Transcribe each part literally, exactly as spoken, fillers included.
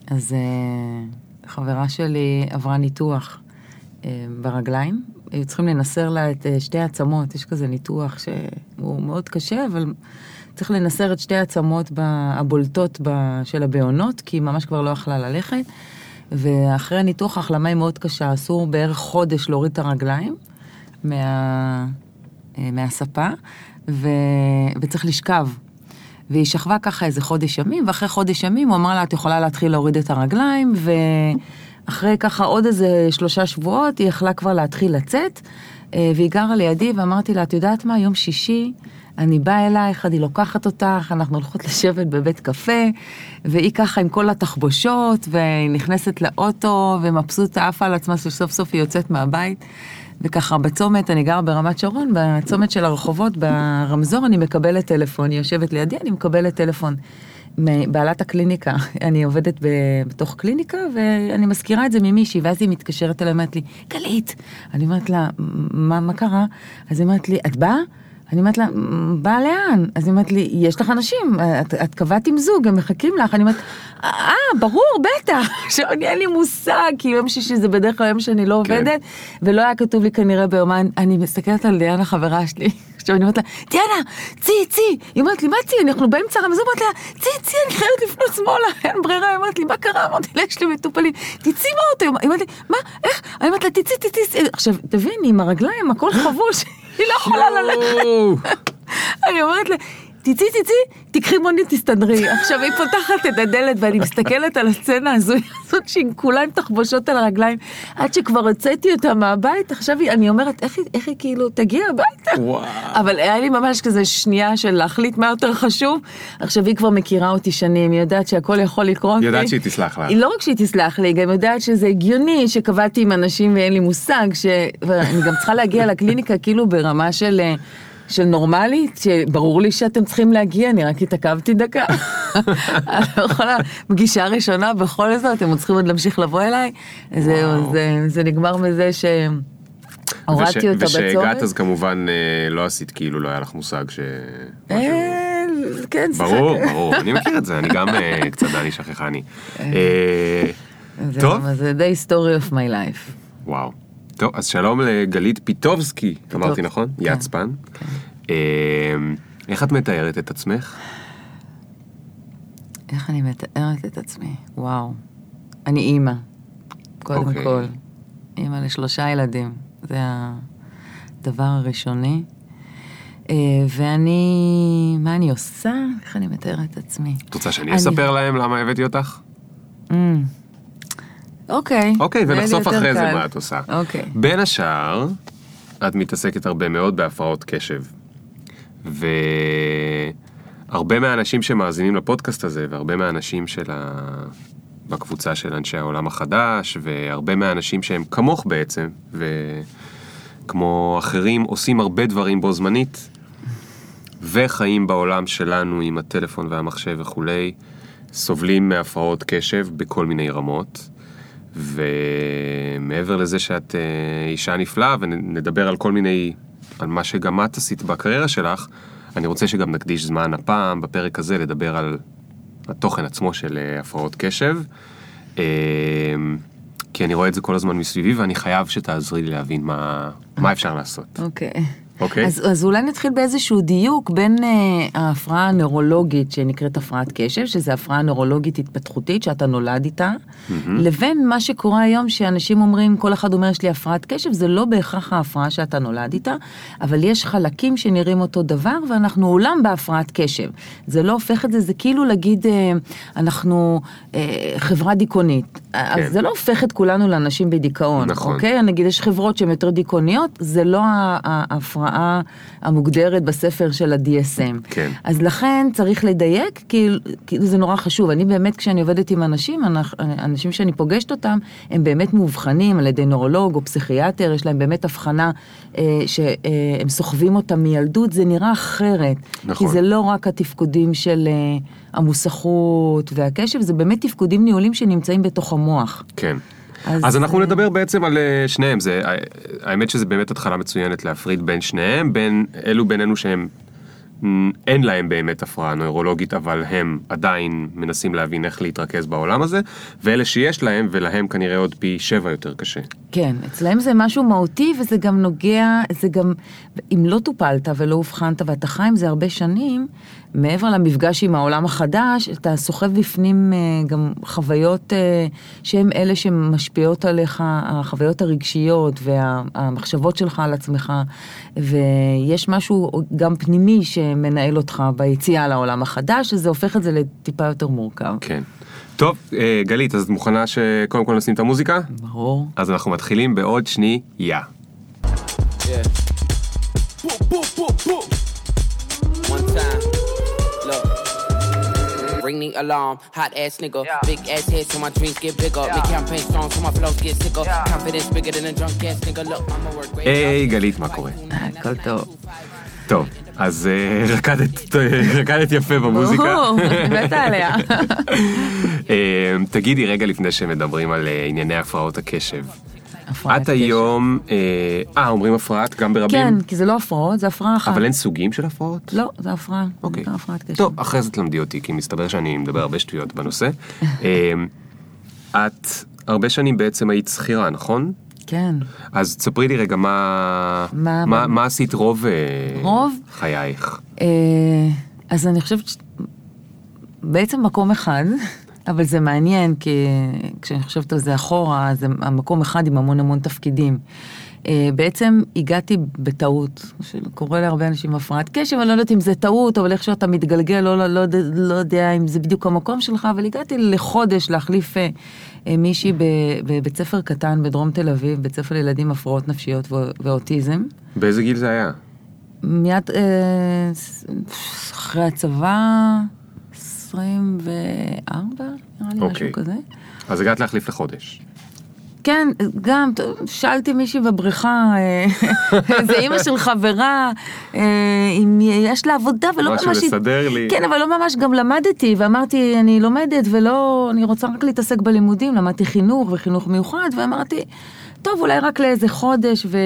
אז חברה שלי עברה ניתוח ברגליים, היו צריכים לנסר לה את שתי העצמות, יש כזה ניתוח שהוא מאוד קשה, אבל צריך לנסר את שתי העצמות הבולטות של הבעונות, כי היא ממש כבר לא יכלה ללכת, ואחרי הניתוח ההחלמה היא מאוד קשה, אסור בערך חודש להוריד את הרגליים מה, מהספה, ו, וצריך לשכב. והיא שכבה ככה איזה חודש ימים, ואחרי חודש ימים הוא אמר לה, את יכולה להתחיל להוריד את הרגליים, ואחרי ככה עוד איזה שלושה שבועות, היא יכלה כבר להתחיל לצאת, והיא גרה לידי, ואמרתי לה, את יודעת מה, יום שישי, אני באה אלייך, אני לוקחת אותך, אנחנו הולכות לשבת בבית קפה, והיא ככה עם כל התחבושות, והיא נכנסת לאוטו, ומבסוטה עפה על עצמה, שסוף סוף היא יוצאת מהבית, וככה בצומת, אני גרה ברמת שרון, בצומת של הרחובות, ברמזור, אני מקבלת טלפון, היא יושבת לידי, אני מקבלת טלפון מבעלת הקליניקה, אני עובדת בתוך קליניקה, ואני מזכירה את זה ממישהי, ואז היא מתקשרת אליי, אומרת לי, גלית, אני אומרת לה, מה, מה קרה? אז היא אומרת לי, את באה? אני אומרת לה, באה לאן? אז היא אומרת לי, יש לך אנשים, את, את קבעת עם זוג, הם מחכים לך. אני אומרת, אה, ברור, בטח. עכשיו, אין לי מושג, כי יום שישי זה בדרך כלל יום שאני לא עובדת, ולא היה כתוב לי כנראה ביומן, אני מסתכלת על דיאנה, חברה שלי. עכשיו אני אומרת לה, דיאנה, צי, צי. היא אומרת לי, מה צי? אנחנו באמצע הרמזור, אמרת לה, צי, צי, אני חייבת לפנות שמאלה. אין ברירה, היא אומרת לי, מה קרה? אמרתי לה, יש לי מטופלים. תצי באוטו. היא אומרת לי, מה? איך? אני אומרת לה, תצי, תצי. עכשיו, תביני, עם הרגליים, הכל חבוש. היא לא יכולה ללכת. אני אומרת לה, תצי, תצי, תקחי מונית, תסתדרי. עכשיו היא פותחת את הדלת, ואני מסתכלת על הסצנה הזו, הזאת שהיא כולה עם תחבושות על הרגליים, עד שכבר הוצאתי אותה מהבית, עכשיו אני אומרת, איך היא, איך היא כאילו תגיע הביתה? וואו. אבל היה לי ממש כזה שנייה של להחליט מה יותר חשוב, עכשיו היא כבר מכירה אותי שנים, היא יודעת שהכל יכול לקרות. היא יודעת שהיא תסלח לה. היא לא רק שהיא תסלח לי, היא גם יודעת שזה הגיוני, שקבעתי עם אנשים ואין לי מושג, שאני גם צריכה להגיע לקליניקה כאילו ברמה של... של נורמלית, שברור לי שאתם צריכים להגיע, אני רק התעכבתי דקה. אני לא יכולה, פגישה ראשונה בכל זאת, אתם צריכים עוד להמשיך לבוא אליי. זהו, זה, זה נגמר מזה שהורדתי אותה בצומת. ושהגעת אז כמובן לא עשית כאילו, לא היה לך מושג ש... כן, ברור, ברור, אני מכיר את זה, אני גם קצת דני שכחני. טוב. זה the story of my life. וואו. טוב, אז שלום לגלית פיטובסקי, אמרתי נכון? יצפן. איך את מתארת את עצמך? איך אני מתארת את עצמי? וואו. אני אימא. קודם כל. אימא לשלושה ילדים. זה הדבר הראשוני. ואני... מה אני עושה? איך אני מתארת את עצמי? את רוצה שאני אספר להם למה הבאתי אותך? אוקיי. אוקיי, ונחשוף אחרי זה מה את עושה. אוקיי. בין השאר, את מתעסקת הרבה מאוד בהפרעות קשב. והרבה מהאנשים שמאזינים לפודקאסט הזה, והרבה מהאנשים של ה... בקבוצה של אנשי העולם החדש, והרבה מהאנשים שהם כמוך בעצם, וכמו אחרים עושים הרבה דברים בו זמנית, וחיים בעולם שלנו עם הטלפון והמחשב וכולי, סובלים מהפרעות קשב בכל מיני רמות. ומעבר לזה שאת אישה נפלאה, ונדבר על כל מיני, על מה שגם את עשית בקריירה שלך, אני רוצה שגם נקדיש זמן הפעם, בפרק הזה, לדבר על התוכן עצמו של הפרעות קשב, כי אני רואה את זה כל הזמן מסביבי, ואני חייב שתעזרי לי להבין מה, מה אפשר לעשות. אוקיי. אוקיי? אז, אז אולי נתחיל באיזשהו דיוק בין uh, ההפרעה הנוירולוגית שנקראת הפרעת קשב, שזה הפרעה נוירולוגית התפתחותית שאתה נולד איתה, mm-hmm. לבין מה שקורה היום שאנשים אומרים, כל אחד אומר יש לי הפרעת קשב, זה לא בהכרח ההפרעה שאתה נולד איתה, אבל יש חלקים שנראים אותו דבר, ואנחנו עולם בהפרעת קשב. זה לא הופך את זה, זה כאילו להגיד, uh, אנחנו uh, חברה דיכאונית. כן. אז זה לא הופך את כולנו לאנשים בדיכאון. נכון. אוקיי? נגיד, יש חברות שהן יותר דיכאוניות, זה לא ההפרעה המוגדרת בספר של ה-די אס אם. כן. אז לכן צריך לדייק, כי, כי זה נורא חשוב. אני באמת, כשאני עובדת עם אנשים, אנשים שאני פוגשת אותם, הם באמת מאובחנים על ידי נורולוג או פסיכיאטר, יש להם באמת הבחנה אה, שהם סוחבים אותם מילדות, זה נראה אחרת. נכון. כי זה לא רק התפקודים של אה, המוסכות והקשב, זה באמת תפקודים ניהולים שנמצאים בתוך המוח. כן. אז, אז אנחנו נדבר בעצם על שניהם, זה, האמת שזה באמת התחלה מצוינת להפריד בין שניהם, בין אלו בינינו שהם אין להם באמת הפרעה נוירולוגית, אבל הם עדיין מנסים להבין איך להתרכז בעולם הזה, ואלה שיש להם, ולהם כנראה עוד פי שבע יותר קשה. כן, אצלהם זה משהו מהותי, וזה גם נוגע, זה גם, אם לא טופלת ולא הובחנת, ואתה חי עם זה הרבה שנים, מעבר למפגש עם העולם החדש, אתה סוחב בפנים גם חוויות שהן אלה שמשפיעות עליך, החוויות הרגשיות והמחשבות שלך על עצמך, ויש משהו גם פנימי שמנהל אותך ביציאה לעולם החדש, שזה הופך את זה לטיפה יותר מורכב. כן. טוב, גלית, אז את מוכנה שקודם כל נשים את המוזיקה? ברור. אז אנחנו מתחילים בעוד שנייה. Yeah. One time, look. Ring the alarm, hot ass nigga. Yeah. Big ass head so my dreams get bigger. Yeah. Big campaign strong so my flows get sicker. Yeah. Confidence bigger than a drunk ass nigga. Look, I'ma work great. היי, גלית, מה קורה? הכל טוב. טוב, אז רקדת יפה במוזיקה. ברור, מתה עליה. תגידי רגע לפני שמדברים על ענייני הפרעות הקשב. את היום, אה, אומרים הפרעת גם ברבים? כן, כי זה לא הפרעות, זה הפרעה אחת. אבל אין סוגים של הפרעות? לא, זה הפרעה. אוקיי. זה הפרעת קשב. טוב, אחרי זה תלמדי אותי, כי מסתבר שאני מדבר הרבה שטויות בנושא. את הרבה שנים בעצם היית שכירה, נכון? כן. אז תספרי לי רגע מה, מה, מה, מה עשית רוב, רוב? חייך? אז אני חושבת ש... בעצם מקום אחד, אבל זה מעניין, כי כשאני חושבת על זה אחורה, זה המקום אחד עם המון המון תפקידים. בעצם הגעתי בטעות, שקורה להרבה אנשים הפרעת קשב, אני לא יודעת אם זה טעות, אבל איך שאתה מתגלגל, לא, לא, לא, לא יודע אם זה בדיוק המקום שלך, אבל הגעתי לחודש להחליף מישהי בבית ספר קטן בדרום תל אביב, בית ספר לילדים הפרעות נפשיות ואוטיזם. באיזה גיל זה היה? מיד אחרי הצבא, עשרים וארבע, נראה לי משהו כזה. אז הגעת להחליף לחודש. כן, גם, שאלתי מישהי בבריכה, זה אימא של חברה, אם יש לה עבודה ולא ממש... משהו לסדר לי. כן, אבל לא ממש גם למדתי, ואמרתי, אני לומדת ולא, אני רוצה רק להתעסק בלימודים, למדתי חינוך וחינוך מיוחד, ואמרתי, טוב, אולי רק לאיזה חודש, ו...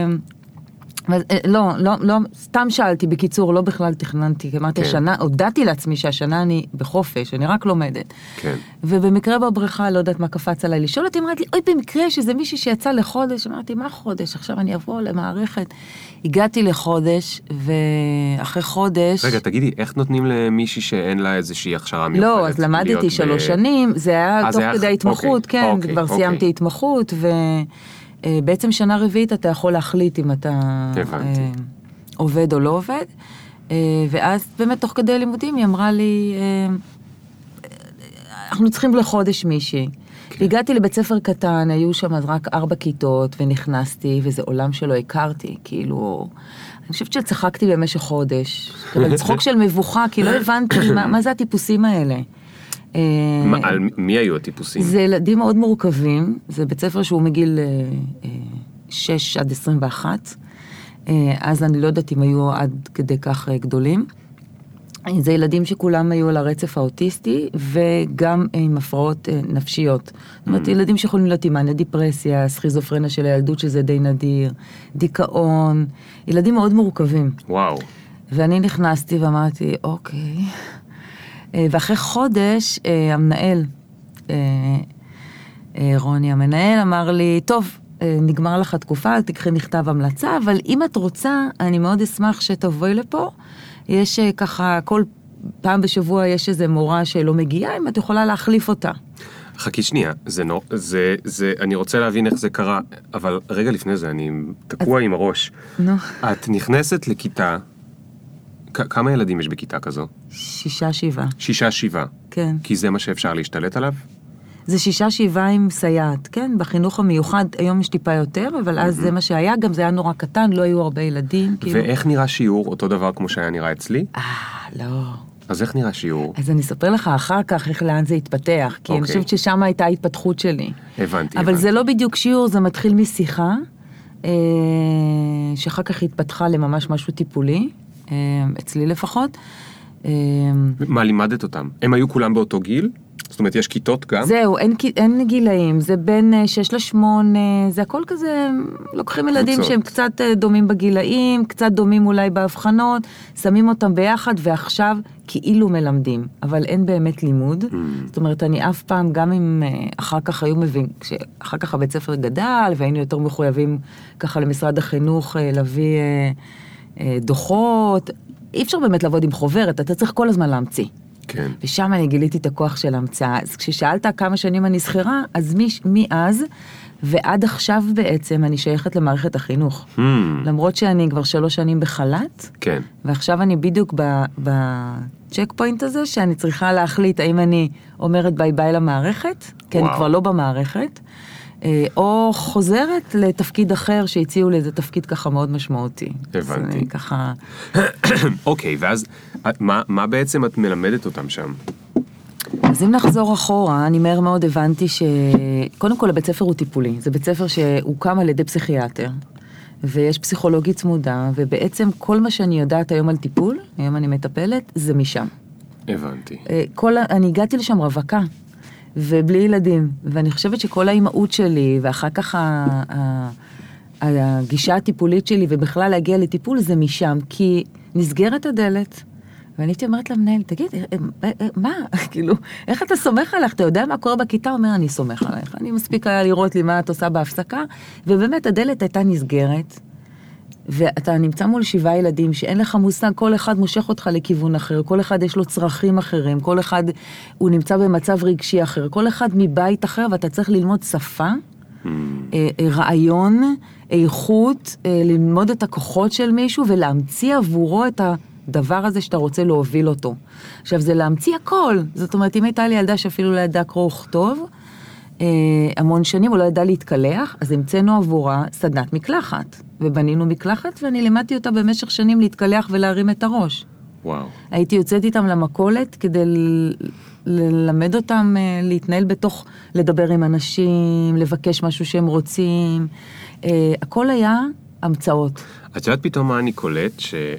לא, לא, לא, סתם שאלתי בקיצור, לא בכלל תכננתי, אמרתי, השנה, הודעתי לעצמי שהשנה אני בחופש, אני רק לומדת. כן. ובמקרה בבריכה, לא יודעת מה קפץ עליי, לשאול אותי, אמרתי לי, אוי, במקרה שזה מישהי שיצא לחודש, אמרתי, מה חודש? עכשיו אני אבוא למערכת. הגעתי לחודש, ואחרי חודש... רגע, תגידי, איך נותנים למישהי שאין לה איזושהי הכשרה מיוחדת? לא, אז למדתי שלוש שנים, זה היה תוך כדי התמחות, כן, כבר סיימתי התמחות, ו... בעצם שנה רביעית אתה יכול להחליט אם אתה הבנתי. עובד או לא עובד, ואז באמת תוך כדי לימודים היא אמרה לי, אנחנו צריכים לחודש מישהי. כן. הגעתי לבית ספר קטן, היו שם אז רק ארבע כיתות, ונכנסתי, וזה עולם שלא הכרתי, כאילו, אני חושבת שצחקתי במשך חודש, אבל צחוק של מבוכה, כי לא הבנתי מה, מה זה הטיפוסים האלה. על מי היו הטיפוסים? זה ילדים מאוד מורכבים, זה בית ספר שהוא מגיל שש עד עשרים ואחת, אז אני לא יודעת אם היו עד כדי כך גדולים. זה ילדים שכולם היו על הרצף האוטיסטי, וגם עם הפרעות נפשיות. זאת אומרת, ילדים שיכולים להיות עם מענה דיפרסיה, סכיזופרניה של הילדות, שזה די נדיר, דיכאון, ילדים מאוד מורכבים. וואו. ואני נכנסתי ואמרתי, אוקיי... ואחרי חודש, המנהל, רוני המנהל, אמר לי, טוב, נגמר לך תקופה, תקחי נכתב המלצה, אבל אם את רוצה, אני מאוד אשמח שתבואי לפה. יש ככה, כל פעם בשבוע יש איזו מורה שלא מגיעה, אם את יכולה להחליף אותה. חכי שנייה, זה נו, זה, זה, אני רוצה להבין איך זה קרה, אבל רגע לפני זה, אני תקוע עם הראש. נו. את נכנסת לכיתה, כמה ילדים יש בכיתה כזו? שישה, שבעה. שישה, שבעה. כן. כי זה מה שאפשר להשתלט עליו? זה שישה, שבעה עם סייעת, כן? בחינוך המיוחד, היום יש טיפה יותר, אבל אז זה מה שהיה, גם זה היה נורא קטן, לא היו הרבה ילדים. ואיך נראה שיעור, אותו דבר כמו שהיה נראה אצלי? אה, לא. אז איך נראה שיעור? אז אני אספר לך אחר כך איך לאן זה התפתח, כי אני חושבת ששם הייתה ההתפתחות שלי. הבנתי. אבל זה לא בדיוק שיעור, זה מתחיל משיחה, שאחר כך התפתחה לממש משהו טיפולי. אצלי לפחות. מה לימדת אותם? הם היו כולם באותו גיל? זאת אומרת, יש כיתות גם? זהו, אין, אין גילאים, זה בין שש לשמונה, זה הכל כזה, לוקחים ילדים קבוצות. שהם קצת דומים בגילאים, קצת דומים אולי בהבחנות, שמים אותם ביחד, ועכשיו כאילו מלמדים, אבל אין באמת לימוד. Mm. זאת אומרת, אני אף פעם, גם אם אחר כך היו מבין, כשאחר כך הבית ספר גדל, והיינו יותר מחויבים ככה למשרד החינוך להביא דוחות, אי אפשר באמת לעבוד עם חוברת, אתה צריך כל הזמן להמציא. כן. ושם אני גיליתי את הכוח של ההמצאה. אז כששאלת כמה שנים אני שכירה, אז מי, מי אז, ועד עכשיו בעצם אני שייכת למערכת החינוך. Hmm. למרות שאני כבר שלוש שנים בחל"ת, כן. ועכשיו אני בדיוק בצ'ק פוינט הזה, שאני צריכה להחליט האם אני אומרת ביי ביי למערכת, כי וואו. אני כבר לא במערכת, או חוזרת לתפקיד אחר שהציעו לי איזה תפקיד ככה מאוד משמעותי. הבנתי. ככה... אוקיי, ואז מה, מה בעצם את מלמדת אותם שם? אז אם נחזור אחורה, אני מהר מאוד הבנתי שקודם כל הבית ספר הוא טיפולי. זה בית ספר שהוקם על ידי פסיכיאטר, ויש פסיכולוגית צמודה, ובעצם כל מה שאני יודעת היום על טיפול, היום אני מטפלת, זה משם. הבנתי. כל, אני הגעתי לשם רווקה. ובלי ילדים, ואני חושבת שכל האימהות שלי, ואחר כך ה, ה, הגישה הטיפולית שלי, ובכלל להגיע לטיפול, זה משם, כי נסגרת הדלת, ואני הייתי אומרת למנהל, תגיד, מה? כאילו, איך אתה סומך עליך? אתה יודע מה קורה בכיתה? אומר, אני סומך עליך. אני מספיק היה לראות לי מה את עושה בהפסקה, ובאמת הדלת הייתה נסגרת, ואתה נמצא מול שבעה ילדים שאין לך מושג, כל אחד מושך אותך לכיוון אחר, כל אחד יש לו צרכים אחרים, כל אחד הוא נמצא במצב רגשי אחר, כל אחד מבית אחר, ואתה צריך ללמוד שפה, mm. רעיון, איכות, ללמוד את הכוחות של מישהו, ולהמציא עבורו את הדבר הזה שאתה רוצה להוביל אותו. עכשיו, זה להמציא הכל. זאת אומרת, אם הייתה לי ילדה שאפילו לא ידעה קרוא וכתוב, המון שנים, הוא לא ידע להתקלח, אז המצאנו עבורה סדנת מקלחת, ובנינו מקלחת, ואני לימדתי אותה במשך שנים להתקלח ולהרים את הראש. וואו. הייתי יוצאת איתם למכולת, כדי ל- ללמד אותם להתנהל בתוך, לדבר עם אנשים, לבקש משהו שהם רוצים, הכל היה המצאות. את יודעת פתאום מה אני קולט,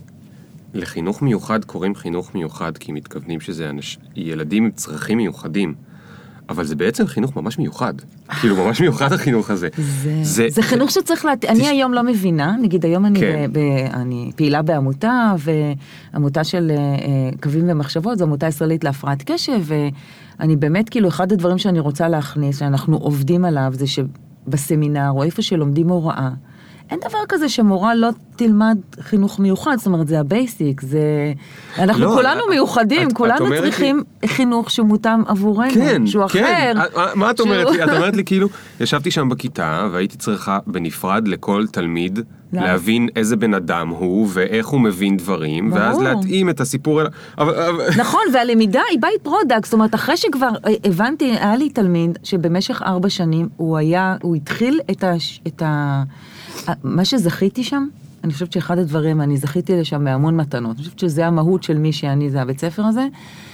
שלחינוך מיוחד קוראים חינוך מיוחד, כי מתכוונים שזה אנש... ילדים עם צרכים מיוחדים, אבל זה בעצם חינוך ממש מיוחד. כאילו, ממש מיוחד החינוך הזה. זה, זה, זה חינוך שצריך לה... אני היום לא מבינה, נגיד היום אני, כן. ב, ב, אני פעילה בעמותה, ועמותה של uh, קווים ומחשבות, זו עמותה ישראלית להפרעת קשב, ואני באמת, כאילו, אחד הדברים שאני רוצה להכניס, שאנחנו עובדים עליו, זה שבסמינר, או איפה שלומדים הוראה, אין דבר כזה שמורה לא תלמד חינוך מיוחד, זאת אומרת, זה הבייסיק, זה... אנחנו לא, כולנו את, מיוחדים, את, כולנו את צריכים לי... חינוך שמותאם עבורנו, כן, שהוא כן. אחר. את, מה את שהוא... אומרת לי? את אומרת לי כאילו, ישבתי שם בכיתה, והייתי צריכה בנפרד לכל תלמיד, לא. להבין איזה בן אדם הוא, ואיך הוא מבין דברים, ברור. ואז להתאים את הסיפור... אבל, אבל... נכון, והלמידה היא בית פרודקט, זאת אומרת, אחרי שכבר הבנתי, היה לי תלמיד, שבמשך ארבע שנים, הוא היה, הוא התחיל את ה... את ה... מה שזכיתי שם, אני חושבת שאחד הדברים, אני זכיתי לשם בהמון מתנות, אני חושבת שזה המהות של מי שאני, זה הבית ספר הזה,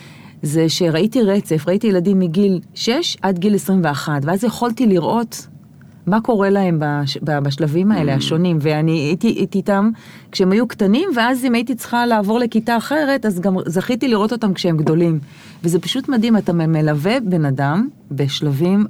זה שראיתי רצף, ראיתי ילדים מגיל שש עד גיל עשרים ואחת, ואז יכולתי לראות מה קורה להם בש, בשלבים האלה השונים, ואני הייתי, הייתי איתם כשהם היו קטנים, ואז אם הייתי צריכה לעבור לכיתה אחרת, אז גם זכיתי לראות אותם כשהם גדולים. וזה פשוט מדהים, אתה מלווה בן אדם בשלבים,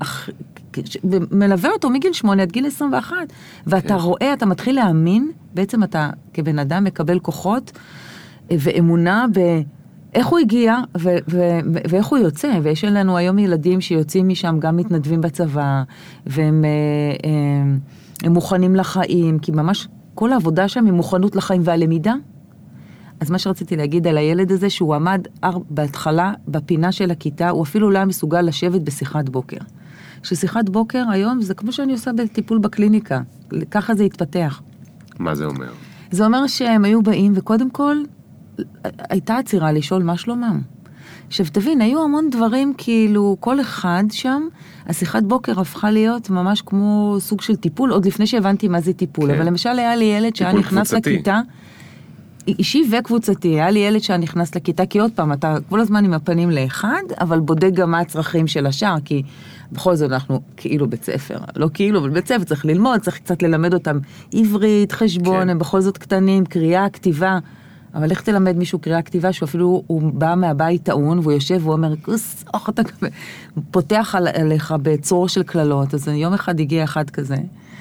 מלווה אותו מגיל שמונה עד גיל עשרים ואחת, ואתה רואה, אתה מתחיל להאמין, בעצם אתה כבן אדם מקבל כוחות ואמונה ב... איך הוא הגיע ו- ו- ואיך הוא יוצא, ויש לנו היום ילדים שיוצאים משם גם מתנדבים בצבא, והם הם, הם מוכנים לחיים, כי ממש כל העבודה שם היא מוכנות לחיים והלמידה. אז מה שרציתי להגיד על הילד הזה, שהוא עמד בהתחלה בפינה של הכיתה, הוא אפילו לא היה מסוגל לשבת בשיחת בוקר. ששיחת בוקר היום זה כמו שאני עושה בטיפול בקליניקה, ככה זה התפתח. מה זה אומר? זה אומר שהם היו באים, וקודם כל, הייתה עצירה לשאול מה שלומם. עכשיו תבין, היו המון דברים כאילו, כל אחד שם, השיחת בוקר הפכה להיות ממש כמו סוג של טיפול, עוד לפני שהבנתי מה זה טיפול, כן. אבל למשל היה לי ילד שהיה נכנס קבוצתי. לכיתה, אישי וקבוצתי, היה לי ילד שהיה נכנס לכיתה, כי עוד פעם, אתה כל הזמן עם הפנים לאחד, אבל בודק גם מה הצרכים של השאר, כי בכל זאת אנחנו כאילו בית ספר, לא כאילו, אבל בית ספר צריך ללמוד, צריך קצת ללמד אותם עברית, חשבון, כן. הם בכל זאת קטנים, קריאה, כתיבה, אבל איך תלמד מישהו קריאה כתיבה, שהוא אפילו, הוא בא מהבית טעון, והוא יושב, והוא אומר, כוס, אוח, אתה פותח עליך בצרור של כללות, אז יום אחד הגיע אחד כזה,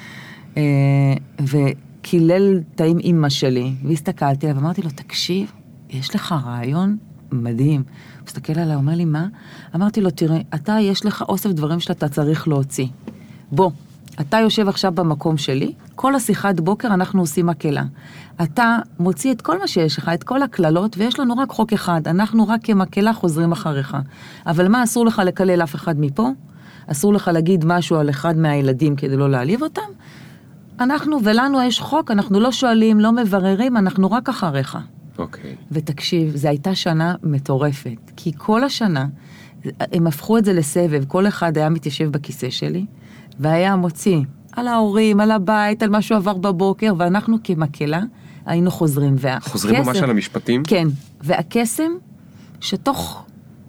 וקילל תאים אמא שלי, והסתכלתי עליו, ואמרתי לו, תקשיב, יש לך רעיון מדהים. הוא מסתכל עליי, אומר לי, מה? אמרתי לו, תראה, אתה, יש לך אוסף דברים שאתה צריך להוציא. בוא, אתה יושב עכשיו במקום שלי, כל השיחת בוקר אנחנו עושים מקלה. אתה מוציא את כל מה שיש לך, את כל הכללות, ויש לנו רק חוק אחד, אנחנו רק כמקלה חוזרים אחריך. אבל מה, אסור לך לקלל אף אחד מפה? אסור לך להגיד משהו על אחד מהילדים כדי לא להעליב אותם? אנחנו, ולנו יש חוק, אנחנו לא שואלים, לא מבררים, אנחנו רק אחריך. אוקיי. ותקשיב, זו הייתה שנה מטורפת, כי כל השנה, הם הפכו את זה לסבב, כל אחד היה מתיישב בכיסא שלי, והיה מוציא על ההורים, על הבית, על מה שהוא עבר בבוקר, ואנחנו כמקלה היינו חוזרים. חוזרים והקסם, ממש על המשפטים? כן, והקסם, שתוך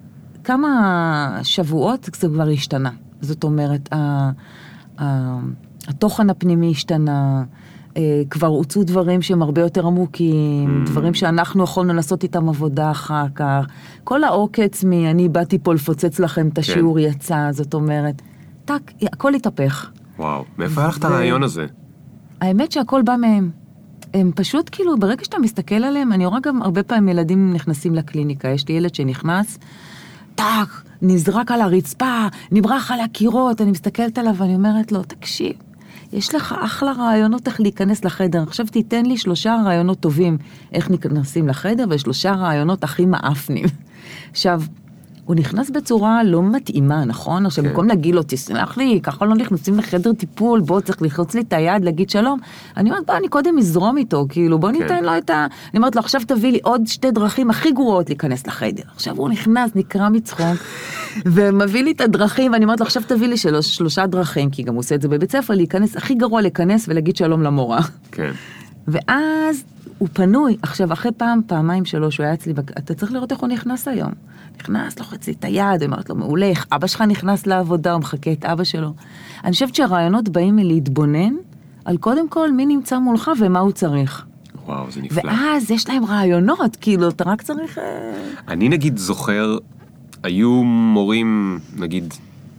כמה שבועות זה כבר השתנה. זאת אומרת, ה, ה, התוכן הפנימי השתנה, כבר הוצאו דברים שהם הרבה יותר עמוקים, mm. דברים שאנחנו יכולנו לעשות איתם עבודה אחר כך. כל העוקץ מ, אני באתי פה לפוצץ לכם את השיעור כן. יצא, זאת אומרת, טק, הכל התהפך. וואו, מאיפה היה לך את הרעיון הזה? האמת שהכל בא מהם. הם פשוט כאילו, ברגע שאתה מסתכל עליהם, אני רואה גם הרבה פעמים ילדים נכנסים לקליניקה, יש לי ילד שנכנס, טק, נזרק על הרצפה, נברח על הקירות, אני מסתכלת עליו ואני אומרת לו, תקשיב, יש לך אחלה רעיונות איך להיכנס לחדר. עכשיו תיתן לי שלושה רעיונות טובים איך נכנסים לחדר, ושלושה רעיונות הכי מאפנים. עכשיו, הוא נכנס בצורה לא מתאימה, נכון? עכשיו, במקום להגיד לו, תסלח לי, ככה לא נכנסים לחדר טיפול, בוא, צריך לחוץ לי את היד, להגיד שלום. אני אומרת, בוא, אני קודם מזרום איתו, כאילו, בוא ניתן לו את ה... אני אומרת לו, עכשיו תביא לי עוד שתי דרכים הכי גרועות להיכנס לחדר. עכשיו הוא נכנס, נקרא מצחוק, ומביא לי את הדרכים, ואני אומרת לו, עכשיו תביא לי שלושה דרכים, כי גם הוא עושה את זה בבית ספר, להיכנס, הכי גרוע להיכנס ולהגיד שלום למורה. כן. ואז הוא פנוי. עכשיו, אחרי פעם, פעמיים שלוש, הוא היה אצלי, אתה צריך לראות איך הוא נכנס היום. נכנס, לוחץ לי את היד, אמרת לו, מעולה, אבא שלך נכנס לעבודה, הוא מחכה את אבא שלו. אני חושבת שהרעיונות באים מלהתבונן, על קודם כל מי נמצא מולך ומה הוא צריך. וואו, זה נפלא. ואז יש להם רעיונות, כאילו, אתה רק צריך... אני נגיד זוכר, היו מורים, נגיד,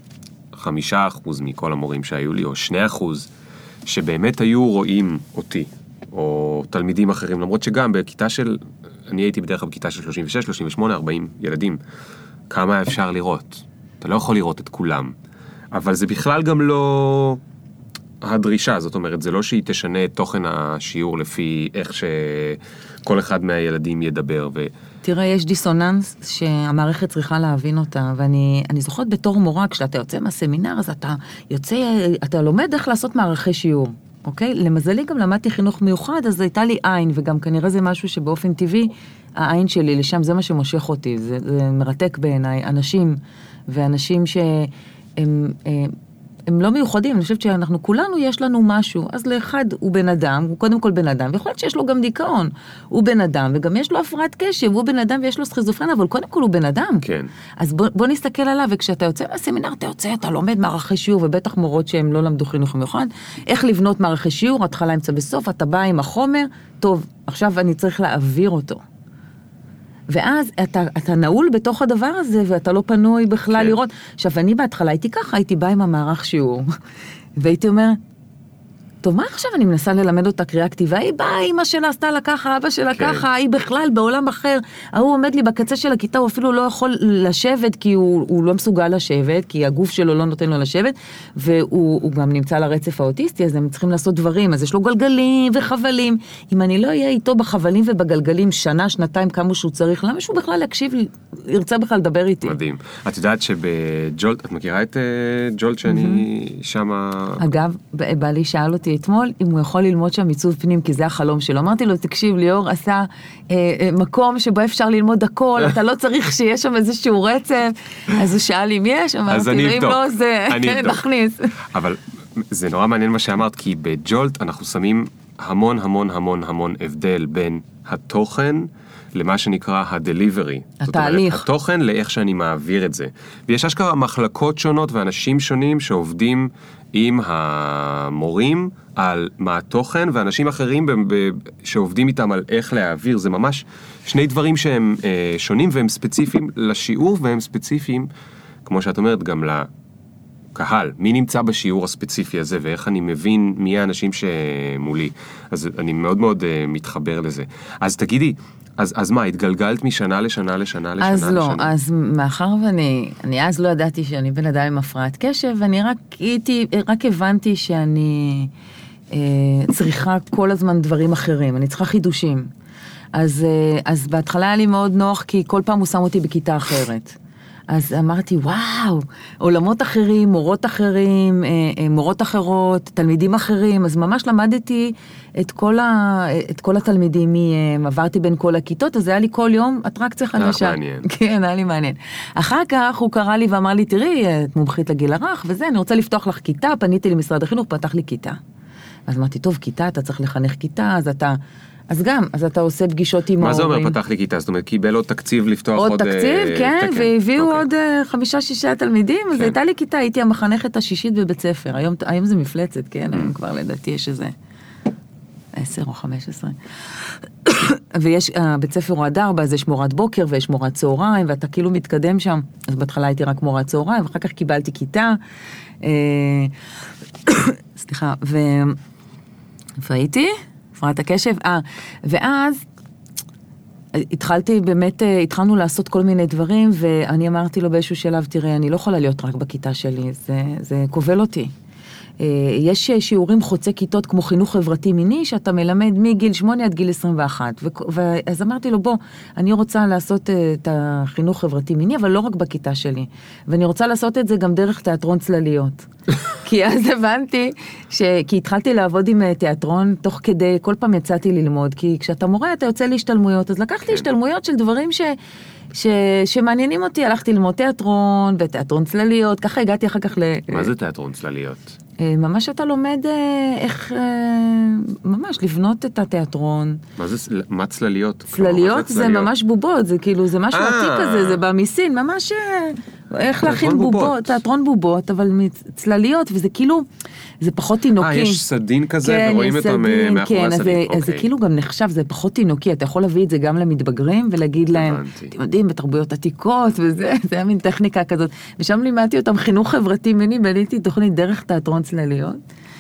חמישה אחוז מכל המורים שהיו לי, או שני אחוז, שבאמת היו רואים אותי, או תלמידים אחרים, למרות שגם בכיתה של, אני הייתי בדרך כלל בכיתה של שלושים ושש, שלושים ושמונה, ארבעים ילדים, כמה אפשר לראות? אתה לא יכול לראות את כולם, אבל זה בכלל גם לא הדרישה, זאת אומרת, זה לא שהיא תשנה את תוכן השיעור לפי איך שכל אחד מהילדים ידבר. ו... תראה, יש דיסוננס שהמערכת צריכה להבין אותה, ואני אני זוכרת בתור מורה, כשאתה יוצא מהסמינר, אז אתה יוצא, אתה לומד איך לעשות מערכי שיעור. אוקיי? למזלי גם למדתי חינוך מיוחד, אז הייתה לי עין, וגם כנראה זה משהו שבאופן טבעי, העין שלי לשם, זה מה שמושך אותי, זה, זה מרתק בעיניי, אנשים, ואנשים שהם הם לא מיוחדים, אני חושבת שאנחנו כולנו יש לנו משהו, אז לאחד הוא בן אדם, הוא קודם כל בן אדם, ויכול להיות שיש לו גם דיכאון, הוא בן אדם, וגם יש לו הפרעת קשב, הוא בן אדם ויש לו סכיזופרניה, אבל קודם כל הוא בן אדם. כן. אז בוא, בוא נסתכל עליו, וכשאתה יוצא מהסמינר, אתה יוצא, אתה לומד מערכי שיעור, ובטח מורות שהם לא למדו חינוך מיוחד, איך לבנות מערכי שיעור, התחלה אמצע בסוף, אתה בא עם החומר, טוב, עכשיו אני צריך להעביר אותו. ואז אתה, אתה נעול בתוך הדבר הזה, ואתה לא פנוי בכלל כן. לראות. עכשיו, אני בהתחלה הייתי ככה, הייתי באה עם המערך שיעור, והייתי אומרת, טוב, מה עכשיו אני מנסה ללמד אותה קריאה כתיבה? היא באה, אמא שלה עשתה לה ככה, אבא שלה כן. ככה, היא בכלל בעולם אחר. הוא עומד לי בקצה של הכיתה, הוא אפילו לא יכול לשבת, כי הוא, הוא לא מסוגל לשבת, כי הגוף שלו לא נותן לו לשבת, והוא גם נמצא על הרצף האוטיסטי, אז הם צריכים לעשות דברים, אז יש לו גלגלים וחבלים. אם אני לא אהיה איתו בחבלים ובגלגלים שנה, שנתיים, כמה שהוא צריך, למה שהוא בכלל יקשיב, ירצה בכלל לדבר איתי? מדהים. את יודעת שבג'ולט, את מכירה את ג'ולט שאני שמה... אגב, בעלי שאל אותי אתמול, אם הוא יכול ללמוד שם עיצוב פנים, כי זה החלום שלו. אמרתי לו, תקשיב, ליאור עשה אה, אה, מקום שבו אפשר ללמוד הכל, אתה לא צריך שיש שם איזשהו רצף, אז הוא שאל אם יש, אמרתי לו, אם לא, זה נכניס. אבל זה נורא מעניין מה שאמרת, כי בג'ולט אנחנו שמים המון המון המון המון הבדל בין התוכן למה שנקרא ה-delivery. התהליך. זאת אומרת, התוכן לאיך שאני מעביר את זה. ויש אשכרה מחלקות שונות ואנשים שונים שעובדים עם המורים על מה התוכן, ואנשים אחרים ב- ב- שעובדים איתם על איך להעביר. זה ממש שני דברים שהם אה, שונים והם ספציפיים לשיעור, והם ספציפיים, כמו שאת אומרת, גם לקהל. מי נמצא בשיעור הספציפי הזה, ואיך אני מבין מי האנשים שמולי. אז אני מאוד מאוד אה, מתחבר לזה. אז תגידי, אז, אז מה, התגלגלת משנה לשנה לשנה לשנה אז לא, לשנה? אז מאחר ואני, אני אז לא ידעתי שאני בן אדם עם הפרעת קשב, ואני רק הייתי, רק הבנתי שאני אה, צריכה כל הזמן דברים אחרים, אני צריכה חידושים. אז, אה, אז בהתחלה היה לי מאוד נוח, כי כל פעם הוא שם אותי בכיתה אחרת. אז אמרתי, וואו, עולמות אחרים, מורות אחרים, מורות אחרות, תלמידים אחרים, אז ממש למדתי את כל, ה, את כל התלמידים מהם, עברתי בין כל הכיתות, אז היה לי כל יום אטרקציה חדשה. היה מעניין. כן, היה לי מעניין. אחר כך הוא קרא לי ואמר לי, תראי, את מומחית לגיל הרך, וזה, אני רוצה לפתוח לך כיתה, פניתי למשרד החינוך, פתח לי כיתה. אז אמרתי, טוב, כיתה, אתה צריך לחנך כיתה, אז אתה... אז גם, אז אתה עושה פגישות עם מה זה ההורים. אומר פתח לי כיתה? זאת אומרת, קיבל עוד תקציב לפתוח עוד... עוד תקציב, כן, והביאו אוקיי. עוד חמישה, שישה תלמידים, אז הייתה לי כיתה, הייתי המחנכת השישית בבית ספר. היום, היום זה מפלצת, כן, היום כבר לדעתי יש איזה עשר או חמש עשרה. ויש, הבית ספר הוא עד ארבע, אז יש מורת בוקר ויש מורת צהריים, ואתה כאילו מתקדם שם. אז בהתחלה הייתי רק מורת צהריים, ואחר כך קיבלתי כיתה. סליחה, ו... והייתי... הפרעת הקשב, אה, ואז התחלתי באמת, התחלנו לעשות כל מיני דברים, ואני אמרתי לו באיזשהו שלב, תראה, אני לא יכולה להיות רק בכיתה שלי, זה, זה כובל אותי. יש שיעורים חוצי כיתות כמו חינוך חברתי מיני, שאתה מלמד מגיל שמונה עד גיל עשרים ואחת. ואז אמרתי לו, בוא, אני רוצה לעשות את החינוך חברתי מיני, אבל לא רק בכיתה שלי. ואני רוצה לעשות את זה גם דרך תיאטרון צלליות. כי אז הבנתי, ש... כי התחלתי לעבוד עם תיאטרון, תוך כדי, כל פעם יצאתי ללמוד, כי כשאתה מורה, אתה יוצא להשתלמויות, אז לקחתי השתלמויות של דברים ש... ש... שמעניינים אותי, הלכתי ללמוד תיאטרון, ותיאטרון צלליות, ככה הגעתי אחר כך ל... מה זה תיאטרון צלליות? ממש אתה לומד איך, ממש לבנות את התיאטרון. מה זה, מה צלליות? צלליות זה ממש בובות, זה כאילו, זה משהו עתיק כזה, זה בא מסין, ממש איך להכין בובות, תיאטרון בובות, אבל צלליות, וזה כאילו, זה פחות תינוקי. אה, יש סדין כזה, ורואים אותם מאחורי הסדין. כן, אז זה כאילו גם נחשב, זה פחות תינוקי, אתה יכול להביא את זה גם למתבגרים, ולהגיד להם, אתם יודעים, בתרבויות עתיקות, וזה, זה היה מין טכניקה כזאת. ושם לימדתי אותם חינוך חברתי מיני, בניתי תוכנית דרך תיאטרון צלליות.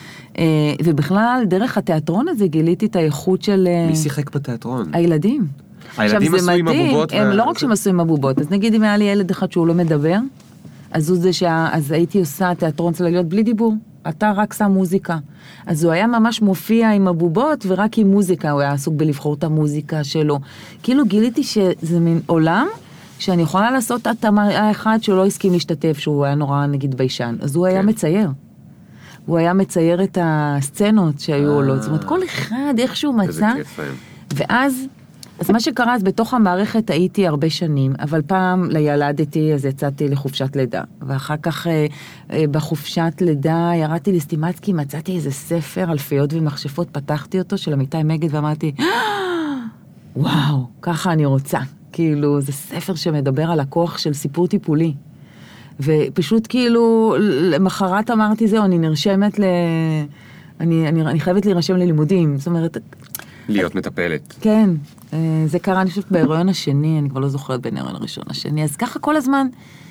ובכלל, דרך התיאטרון הזה גיליתי את האיכות של... מי שיחק בתיאטרון? הילדים. הילדים עשו עם הבובות? הם לא רק שהם עשו עם הבובות, אז נגיד אם היה לי ילד אחד שהוא לא מדבר, אז, זה שה... אז הייתי עושה תיאטרון צלליות בלי דיבור, אתה רק שם מוזיקה. אז הוא היה ממש מופיע עם הבובות ורק עם מוזיקה, הוא היה עסוק בלבחור את המוזיקה שלו. כאילו גיליתי שזה מין עולם, שאני יכולה לעשות התאמה אחד שלא הסכים להשתתף, שהוא היה נורא נגיד ביישן, אז הוא היה מצייר. הוא היה מצייר את הסצנות שהיו לו, זאת אומרת, כל אחד איכשהו מצא, ואז, אז מה שקרה, אז בתוך המערכת הייתי הרבה שנים, אבל פעם לילדתי, אז יצאתי לחופשת לידה, ואחר כך בחופשת לידה ירדתי לסטימצקי, מצאתי איזה ספר, אלפיות ומכשפות, פתחתי אותו של אמיתי מגד, ואמרתי, וואו, ככה אני רוצה. כאילו, זה ספר שמדבר על הכוח של סיפור טיפולי. ופשוט כאילו, למחרת אמרתי זהו, אני נרשמת ל... אני, אני, אני חייבת להירשם ללימודים, זאת אומרת... להיות מטפלת. כן, זה קרה, אני חושבת, בהיריון השני, אני כבר לא זוכרת בין ההיריון הראשון השני, אז ככה כל הזמן